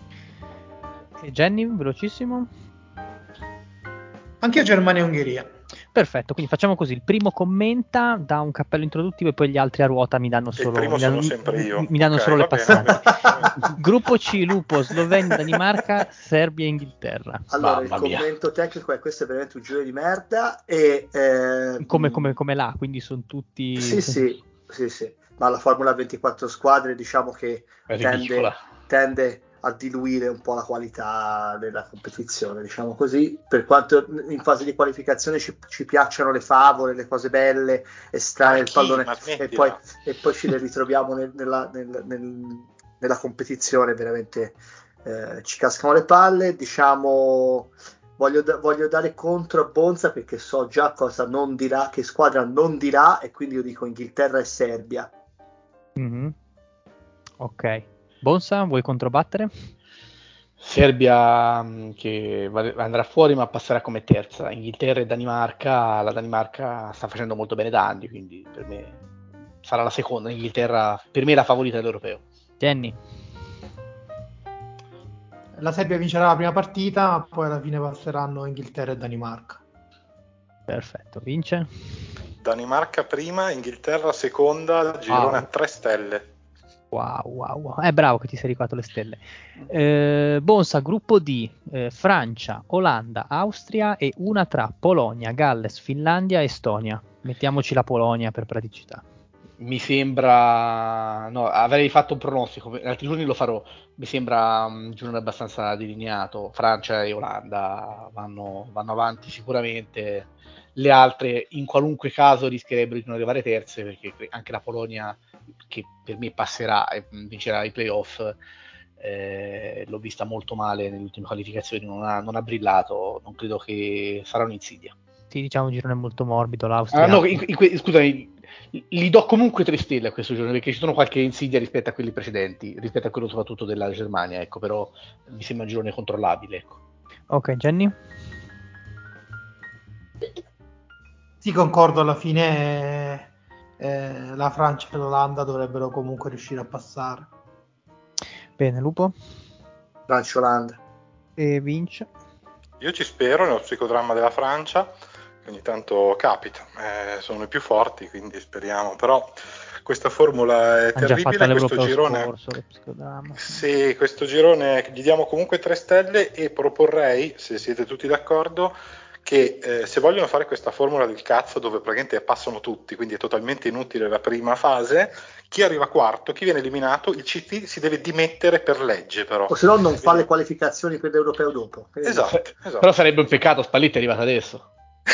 E Jenny, velocissimo. Anche io Germania e Ungheria. Perfetto, quindi facciamo così: il primo commenta, dà un cappello introduttivo e poi gli altri a ruota mi danno solo, il primo mi danno, sono sempre io. Mi, mi danno okay, solo le passate. Bene, Gruppo C: Lupo, Slovenia, Danimarca, Serbia e Inghilterra. Allora, Mamma il mia. commento tecnico è: questo è veramente un giro di merda e eh, come, come, come là, quindi sono tutti sì, sono... sì, sì, sì, ma la Formula ventiquattro squadre diciamo che tende, tende a diluire un po' la qualità della competizione, diciamo così, per quanto in fase di qualificazione ci, ci piacciono le favole, le cose belle, estrane del pallone e poi, e poi ci le ritroviamo nel, nella, nel, nel, nella competizione, veramente eh, ci cascano le palle, diciamo. Voglio, da- voglio dare contro a Bonza perché so già cosa non dirà, che squadra non dirà, e quindi io dico Inghilterra e Serbia. Mm-hmm. Ok, Bonsa, vuoi controbattere? Serbia che andrà fuori ma passerà come terza. Inghilterra e Danimarca, la Danimarca sta facendo molto bene da anni, quindi per me sarà la seconda. Inghilterra per me è la favorita dell'europeo. Jenny. La Serbia vincerà la prima partita, ma poi alla fine passeranno Inghilterra e Danimarca. Perfetto, vince? Danimarca prima, Inghilterra seconda, girone Wow. a tre stelle. Wow, wow, wow. È bravo che ti sei ricordato le stelle. Eh, Bonsa, gruppo D, eh, Francia, Olanda, Austria e una tra Polonia, Galles, Finlandia e Estonia. Mettiamoci la Polonia per praticità. Mi sembra, no, avrei fatto un pronostico, altri giorni lo farò. Mi sembra un girone abbastanza delineato. Francia e Olanda vanno, vanno avanti sicuramente. Le altre, in qualunque caso, rischierebbero di non arrivare terze, perché anche la Polonia, che per me passerà e vincerà i playoff, eh, l'ho vista molto male nelle ultime qualificazioni, non ha, non ha brillato. Non credo che sarà un'insidia. Sì, diciamo un girone molto morbido, l'Austria. Ah, no, in, in que- scusami, gli do comunque tre stelle a questo giorno, perché ci sono qualche insidia rispetto a quelli precedenti, rispetto a quello soprattutto della Germania, ecco, però mi sembra un girone controllabile, ecco. Ok, Jenny? Sì, concordo, alla fine eh, la Francia e l'Olanda dovrebbero comunque riuscire a passare. Bene, Lupo? Francia-Olanda. E Vince? Io ci spero nello psicodramma della Francia, che ogni tanto capita, eh, sono i più forti, quindi speriamo, però questa formula è Hanno già fatto terribile, questo all'Europeo girone, scorso, lo psicodramma. sì, questo girone gli diamo comunque tre stelle e proporrei, se siete tutti d'accordo, che eh, se vogliono fare questa formula del cazzo dove praticamente passano tutti, quindi è totalmente inutile la prima fase, chi arriva quarto, chi viene eliminato, il C T si deve dimettere per legge però. O se no non fa Quindi... le qualificazioni per l'Europeo dopo. Esatto, esatto. Però sarebbe un peccato, Spalletti è arrivato adesso.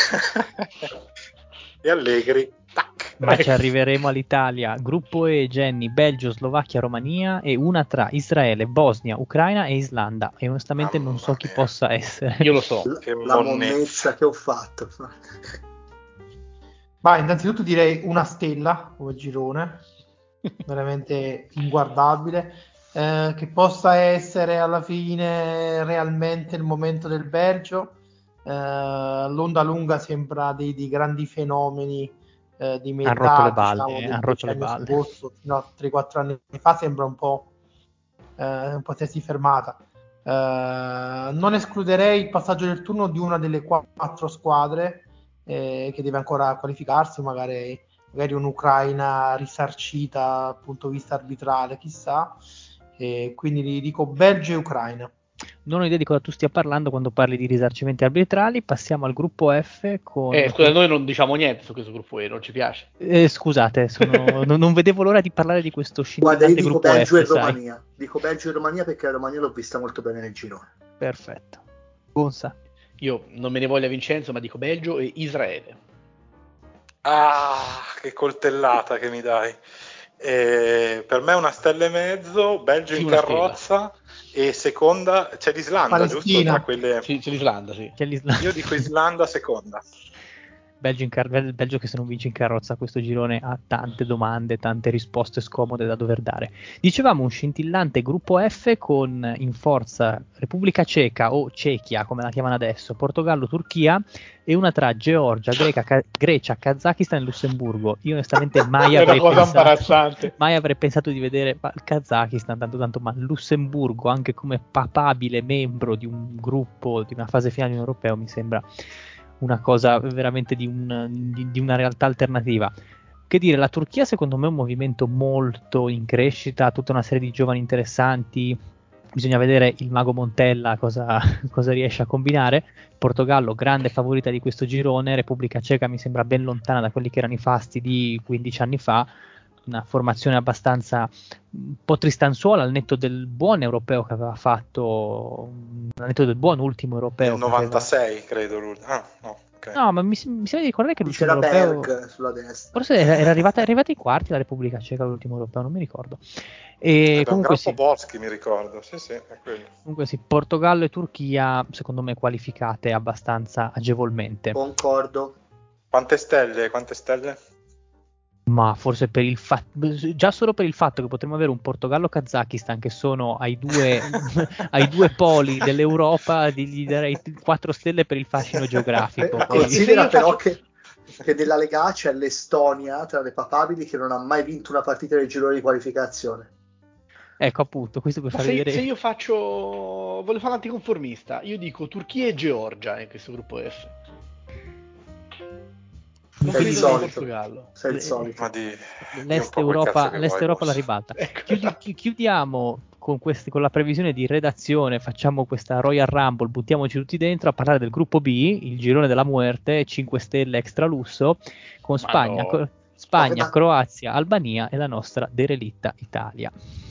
E Allegri, tac. Ma ci arriveremo all'Italia. Gruppo E, Jenny, Belgio, Slovacchia, Romania e una tra Israele, Bosnia, Ucraina e Islanda. E onestamente Mamma non so chi mia. possa essere. Io lo so. La, Che la monnezza. monnezza che ho fatto. Ma innanzitutto direi una stella come girone, veramente inguardabile, eh, che possa essere alla fine realmente il momento del Belgio. Eh, l'onda lunga sembra dei, dei grandi fenomeni eh, di Han rotto le metà, balle, diciamo, del han rotto le decennio balle. scorso fino a tre quattro anni fa, sembra un po' eh, un po' essersi fermata. Eh, non escluderei il passaggio del turno di una delle quattro squadre eh, che deve ancora qualificarsi, magari, magari un'Ucraina risarcita dal punto di vista arbitrale, chissà. E quindi dico Belgio e Ucraina. Non ho idea di cosa tu stia parlando quando parli di risarcimenti arbitrali. Passiamo al gruppo F con... Eh, scusa, noi non diciamo niente su questo gruppo E, non ci piace. Eh, scusate, sono... non, non vedevo l'ora di parlare di questo Guarda, io scintillante dico gruppo Belgio F, e sai. Romania. Dico Belgio e Romania perché la Romania l'ho vista molto bene nel girone. Perfetto. Bonsa. Io non me ne voglia Vincenzo, ma dico Belgio e Israele. Ah, che coltellata che mi dai. Eh, per me una stella e mezzo, Belgio Sì, in una carrozza e seconda c'è l'Islanda, Palestina. giusto? Tra quelle... Sì, c'è l'Islanda, sì. C'è l'Islanda. Io dico Islanda seconda. Belgio, in car- Bel- Belgio che se non vince in carrozza questo girone ha tante domande, tante risposte scomode da dover dare. Dicevamo un scintillante gruppo F con in forza Repubblica Ceca o Cechia come la chiamano adesso, Portogallo, Turchia e una tra Georgia, Greca, Ca- Grecia, Kazakistan e Lussemburgo. Io onestamente mai È una avrei cosa pensato imbarazzante. mai avrei pensato di vedere ma, il Kazakistan tanto tanto, ma Lussemburgo anche come papabile membro di un gruppo di una fase finale in europeo mi sembra una cosa veramente di, un, di, di una realtà alternativa. Che dire, la Turchia secondo me è un movimento molto in crescita, tutta una serie di giovani interessanti, bisogna vedere il mago Montella cosa, cosa riesce a combinare. Portogallo grande favorita di questo girone, Repubblica Ceca mi sembra ben lontana da quelli che erano i fasti di quindici anni fa, una formazione abbastanza un po' tristanzuola al netto del buon europeo che aveva fatto, al netto del buon ultimo europeo Nel che aveva... novantasei credo. Ah, no, okay. No, ma mi, mi sembra di ricordare che l'ultimo C'era europeo... Berg sulla destra. Forse era, era, arrivata, era arrivata ai quarti la Repubblica Ceca all'ultimo europeo, non mi ricordo. E Eh beh, comunque un sì, Boschi mi ricordo, sì sì, è quello. comunque sì, Portogallo e Turchia secondo me qualificate abbastanza agevolmente. Concordo. Quante stelle? Quante stelle? Ma forse per il fatto, già solo per il fatto che potremmo avere un Portogallo-Kazakistan che sono ai due, ai due poli dell'Europa, gli darei quattro stelle per il fascino geografico. Eh, Poi... considera io però faccio- che, che nella Lega c'è l'Estonia tra le papabili che non ha mai vinto una partita del girone di qualificazione. Ecco appunto, questo per Ma farvi se, vedere... se io faccio, voglio fare l'anticonformista, io dico Turchia e Georgia in questo gruppo F. Non Sei il credo del solito. Portogallo. Sei il solito. Ma di... L'Est di un po' quel Europa, cazzo che l'Est vuoi, Europa la boss. ribalta. Ecco, Chiudi- esatto. chi- chiudiamo con, questi, con la previsione di redazione, facciamo questa Royal Rumble, buttiamoci tutti dentro a parlare del gruppo B, il girone della muerte, cinque stelle extra lusso, con Ma Spagna, no. Cro- Spagna, Ma- Croazia, Albania e la nostra derelitta Italia.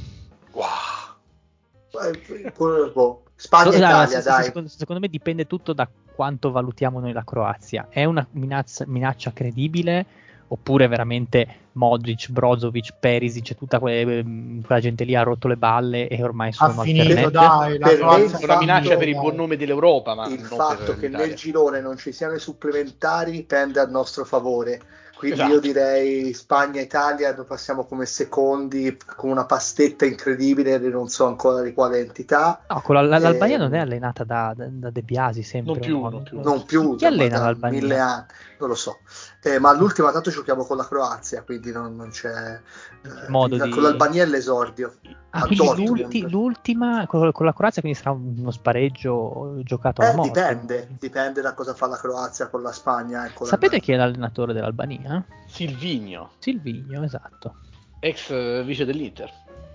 Wow. Eh, boh, Spagna-Italia, Se- se- dai. secondo, secondo me dipende tutto da quanto valutiamo noi la Croazia. È una minazza- minaccia credibile oppure veramente Modric, Brozovic, Perisic, tutta que- quella gente lì ha rotto le balle e ormai Ha sono al finito, Fernet? dai, la Per me Croazia il Una minaccia fatto- per il buon nome dell'Europa, ma il non fatto per che l'Italia. nel girone non ci siano i supplementari pende a nostro favore, quindi Esatto. io direi Spagna-Italia, noi passiamo come secondi con una pastetta incredibile di non so ancora di quale entità. No, con la- la- l'Albania Ehm, non è allenata da, da, da De Biasi sempre. Non più, o no? non più. non più Chi da, allena da l'Albania? mille anni, non lo so. Eh, ma all'ultima tanto giochiamo con la Croazia, quindi non, non c'è, Non c'è eh, modo quindi di... con l'Albania è l'esordio. Ah, A quindi Dortmund. l'ulti- l'ultima con, con la Croazia quindi sarà uno spareggio giocato alla Eh, morte. dipende, dipende da cosa fa la Croazia con la Spagna e con Sapete la... chi è l'allenatore dell'Albania? Silvigno, Silvigno, esatto. ex eh, vice dell'Inter.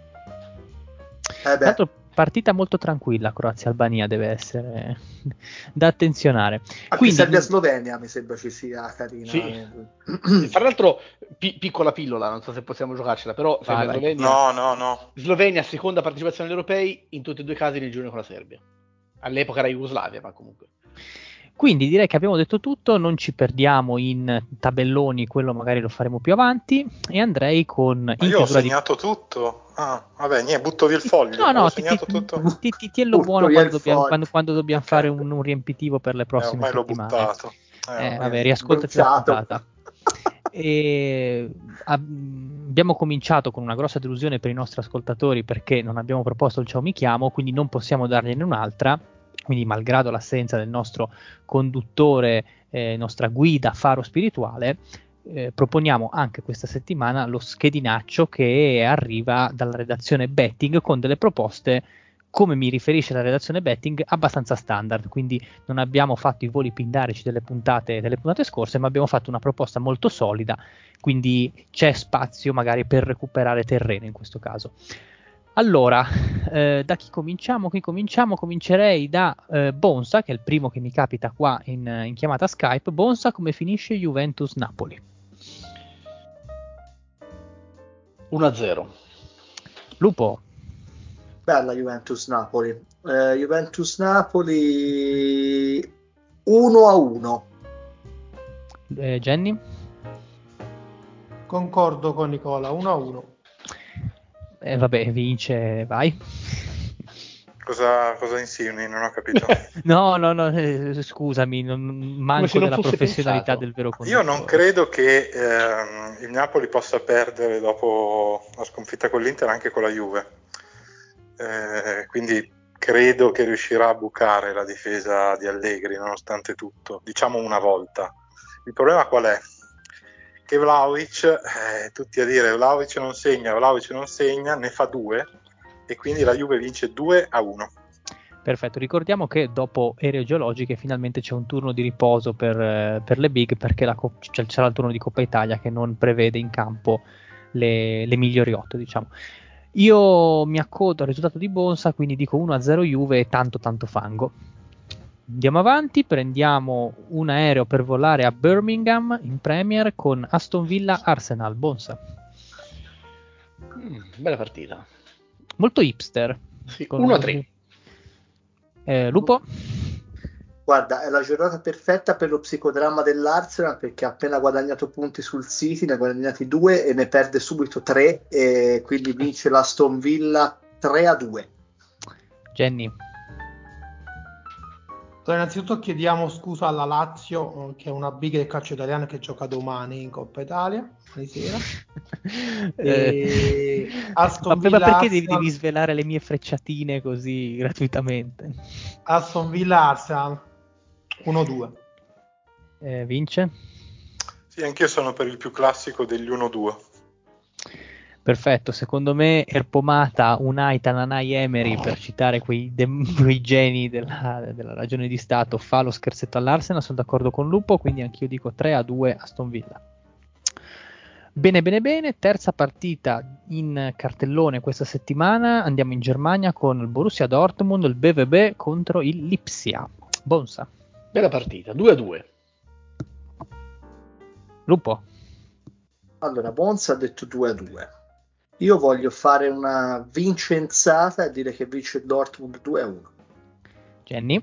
Eh Tra beh, l'altro partita molto tranquilla Croazia-Albania deve essere da attenzionare. anche Quindi Serbia-Slovenia mi sembra ci sia carina. Sì. Tra l'altro, pi- piccola pillola, non so se possiamo giocarcela, però Vai, vai. Serbia-Slovenia, No, no, no. Slovenia seconda partecipazione agli europei, in tutti e due i casi nel girone con la Serbia. All'epoca era Jugoslavia, ma comunque. Quindi direi che abbiamo detto tutto, non ci perdiamo in tabelloni, quello magari lo faremo più avanti e andrei con Ma in io ho chiusura di... segnato tutto. Ah, vabbè, niente, butto via il foglio. No, no, Avevo ti, segnato ti, tutto. ti, ti tienlo Butto buono via quando il dobbiamo, foglio. quando, quando dobbiamo Ok. fare un, un riempitivo per le Eh, prossime ormai l'ho settimane. buttato. Eh, Eh, ormai- vabbè, riascoltati la Bruciato. puntata. E, ab- abbiamo cominciato con una grossa delusione per i nostri ascoltatori perché non abbiamo proposto il Ciao mi chiamo, quindi non possiamo dargliene un'altra. Quindi, malgrado l'assenza del nostro conduttore, eh, nostra guida faro spirituale, eh, proponiamo anche questa settimana lo schedinaccio che arriva dalla redazione Betting con delle proposte, come mi riferisce la redazione Betting, abbastanza standard. Quindi non abbiamo fatto i voli pindarici delle puntate, delle puntate scorse, ma abbiamo fatto una proposta molto solida, quindi c'è spazio magari per recuperare terreno in questo caso. Allora, eh, da chi cominciamo? Qui cominciamo, comincerei da eh, Bonsa, che è il primo che mi capita qua in, in chiamata Skype. Bonsa, come finisce Juventus-Napoli? uno a zero. Lupo? Bella Juventus-Napoli. Eh, Juventus-Napoli uno a uno. Eh, Jenny? Concordo con Nicola, uno a uno. Eh, vabbè, vince, vai. Cosa, cosa insinui? Non ho capito. no, no, no, eh, scusami, non, manco se non della fosse professionalità pensato. del vero conduttore. Io non credo che ehm, il Napoli possa perdere dopo la sconfitta con l'Inter anche con la Juve. Eh, quindi credo che riuscirà a bucare la difesa di Allegri nonostante tutto, diciamo una volta. Il problema qual è? Che Vlahovic, eh, tutti a dire Vlahovic non segna, Vlahovic non segna, ne fa due e quindi la Juve vince due a uno. Perfetto, ricordiamo che dopo Ere Geologiche finalmente c'è un turno di riposo per, eh, per le big, perché la, cioè, c'era il turno di Coppa Italia che non prevede in campo le, le migliori otto, diciamo. Io mi accodo al risultato di Bonsa, quindi dico uno a zero Juve e tanto tanto fango. Andiamo avanti, prendiamo un aereo per volare a Birmingham in Premier con Aston Villa Arsenal. Bonsa. Mm, bella partita. Molto hipster. Sì, Con uno a un- tre. Eh, Lupo? Guarda, è la giornata perfetta per lo psicodramma dell'Arsenal perché ha appena guadagnato punti sul City, ne ha guadagnati due e ne perde subito tre e quindi vince l'Aston Villa tre a due. Jenny? Allora, innanzitutto chiediamo scusa alla Lazio, che è una big del calcio italiano che gioca domani in Coppa Italia, domani sera. E Aston ma, ma Villa perché devi, Arsenal- devi svelare le mie frecciatine così gratuitamente? Aston Villa Arsenal uno a due. Eh, vince? Sì, anch'io sono per il più classico degli uno due. Perfetto, secondo me Erpomata, Unai, Tananai, Emery, per citare quei, de- quei geni della, della ragione di Stato, fa lo scherzetto all'Arsenal, sono d'accordo con Lupo, quindi anch'io dico tre a due Aston Villa. Bene, bene, bene, terza partita in cartellone questa settimana, andiamo in Germania con il Borussia Dortmund, il B V B contro il Lipsia. Bonsa. Bella partita, due a due. Lupo. Allora, Bonsa ha detto due a due. Io voglio fare una vincenzata e dire che vince il Dortmund due a uno. Jenny.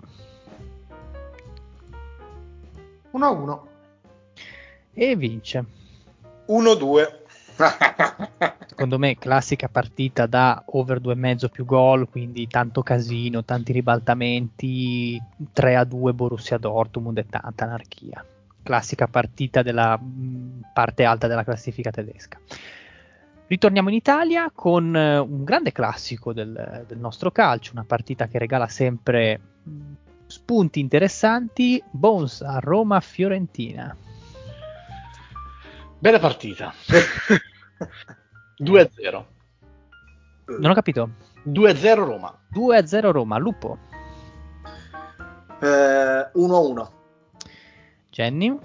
uno a uno. E vince. uno due. Secondo me classica partita da over due e mezzo più gol, quindi tanto casino, tanti ribaltamenti, tre a due Borussia Dortmund e tanta anarchia. Classica partita della mh, parte alta della classifica tedesca. Ritorniamo in Italia con uh, un grande classico del, del nostro calcio, una partita che regala sempre mh, spunti interessanti. Bones a Roma-Fiorentina. Bella partita. due a zero. Non ho capito. due a zero Roma. due a zero Roma. Lupo. Eh, uno a uno. Jenny.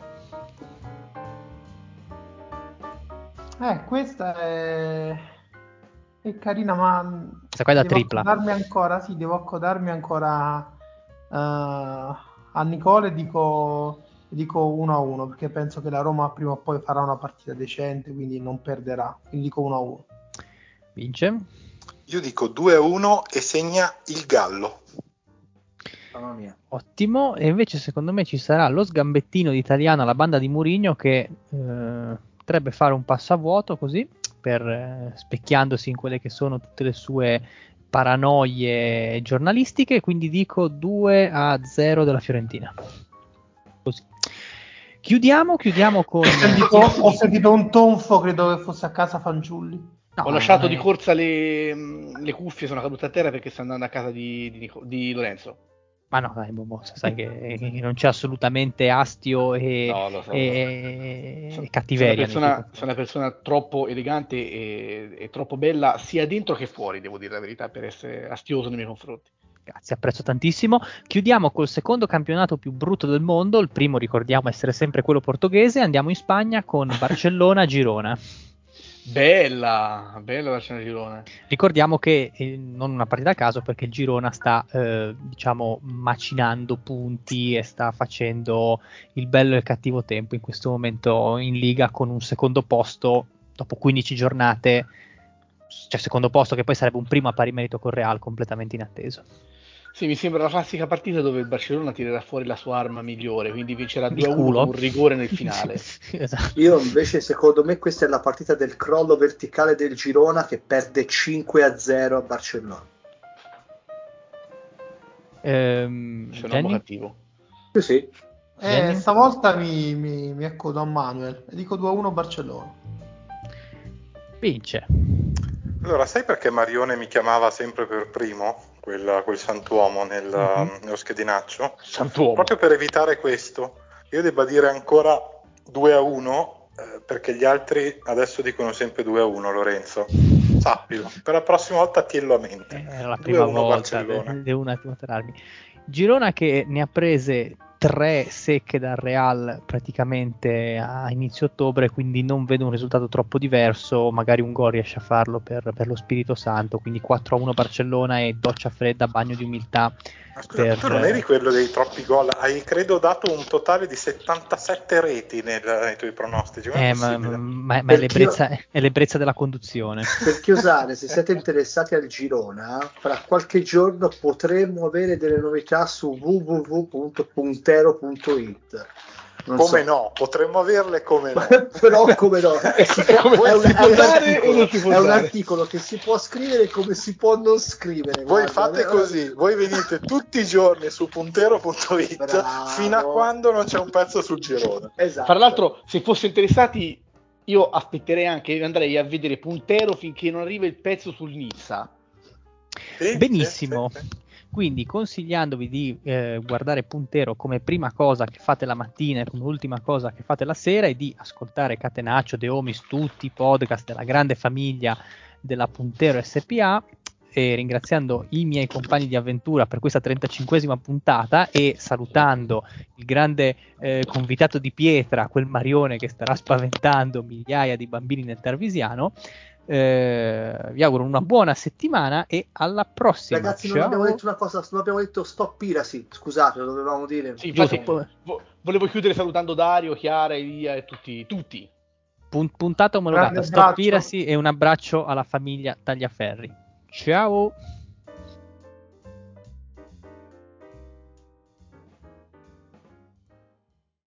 Eh, questa è, è carina, ma Questa qua è da devo tripla. accodarmi ancora, sì, devo accodarmi ancora eh, a Nicole e dico, dico uno a uno, perché penso che la Roma prima o poi farà una partita decente, quindi non perderà, quindi dico uno a uno. Vince. Io dico due a uno e segna il Gallo. Mamma mia. Ottimo. E invece secondo me ci sarà lo sgambettino di Italiano alla banda di Mourinho che eh, potrebbe fare un passo a vuoto così, per eh, specchiandosi in quelle che sono tutte le sue paranoie giornalistiche, quindi dico due a zero della Fiorentina. Così. Chiudiamo, chiudiamo con... Ho sentito, ho sentito un tonfo, credo che fosse a casa Fanciulli. No, Ho lasciato eh, di corsa le, le cuffie, sono cadute a terra perché sto andando a casa di, di, Nico- di Lorenzo. Ma no, dai, Bobo, sai che, che non c'è assolutamente astio e, No, lo so. e, Sono, e cattiveria. sono, una persona, sono una persona troppo elegante e, e troppo bella sia dentro che fuori, devo dire la verità, per essere astioso nei miei confronti. Grazie, apprezzo tantissimo. Chiudiamo col secondo campionato più brutto del mondo. Il primo ricordiamo essere sempre quello portoghese. Andiamo in Spagna con Barcellona-Girona. Bella, bella la Barcellona Girona. Ricordiamo che eh, non una partita a caso perché il Girona sta eh, diciamo macinando punti e sta facendo il bello e il cattivo tempo in questo momento in Liga con un secondo posto dopo quindici giornate, cioè secondo posto che poi sarebbe un primo a pari merito con Real completamente inatteso. Sì, mi sembra la classica partita dove il Barcellona tirerà fuori la sua arma migliore, quindi vincerà Il due a uno culo. con un rigore nel finale. Esatto. Io invece, secondo me, questa è la partita del crollo verticale del Girona che perde cinque a zero a Barcellona. Ehm, Sei un uomo Jenny? cattivo. Sì, sì. Eh, stavolta mi, mi, mi accodo a Manuel e dico due a uno Barcellona. Vince. Allora, sai perché Marione mi chiamava sempre per primo, quel, quel santuomo nel, Mm-hmm. nello schedinaccio? Santuomo. Proprio per evitare questo. Io debba dire ancora due a uno, eh, perché gli altri adesso dicono sempre due a uno, Lorenzo. Sappilo, per la prossima volta tienlo a mente. Era la due a prima uno volta, Barcellona. de- devo un attimo tararmi. Girona che ne ha prese tre secche dal Real praticamente a inizio ottobre, quindi non vedo un risultato troppo diverso, magari un gol riesce a farlo per, per lo Spirito Santo, quindi quattro a uno Barcellona e doccia fredda, bagno di umiltà. Ma scusa, per... tu non eri quello dei troppi gol, hai credo dato un totale di settantasette reti nel, nei tuoi pronostici, come Eh, è ma, possibile? ma, ma è, l'ebbrezza, è l'ebbrezza della conduzione. Per chiusare, se siete interessati al Girona, fra qualche giorno potremmo avere delle novità su w w w punto puntero punto it. Non come so. no, potremmo averle come no. Però come no, e si può, Come è, un, si è, può un dare articolo, o non si può è un dare? articolo che si può scrivere come si può non scrivere. Voi guarda. fate così, voi venite tutti i giorni su puntero punto it Bravo. fino a quando non c'è un pezzo sul Girona. Esatto. Fra l'altro, se fosse interessati, io aspetterei anche, andrei a vedere Puntero finché non arriva il pezzo sul Nizza. Sì, Benissimo. sì, sì, sì. Quindi consigliandovi di eh, guardare Puntero come prima cosa che fate la mattina e come ultima cosa che fate la sera, e di ascoltare Catenaccio, The Homies, tutti i podcast della grande famiglia della Puntero S P A, e ringraziando i miei compagni di avventura per questa trentacinquesima puntata, e salutando il grande eh, convitato di pietra, quel Marione che starà spaventando migliaia di bambini nel Tarvisiano, eh, vi auguro una buona settimana e alla prossima. Ragazzi, Ciao. non abbiamo detto una cosa, non abbiamo detto stop piracy, scusate, lo dovevamo dire. Sì, infatti, Giusto. vo- volevo chiudere salutando Dario, Chiara, Elia e tutti, tutti. Pun- puntata omologata, Grande stop abbraccio. piracy, e un abbraccio alla famiglia Tagliaferri. Ciao.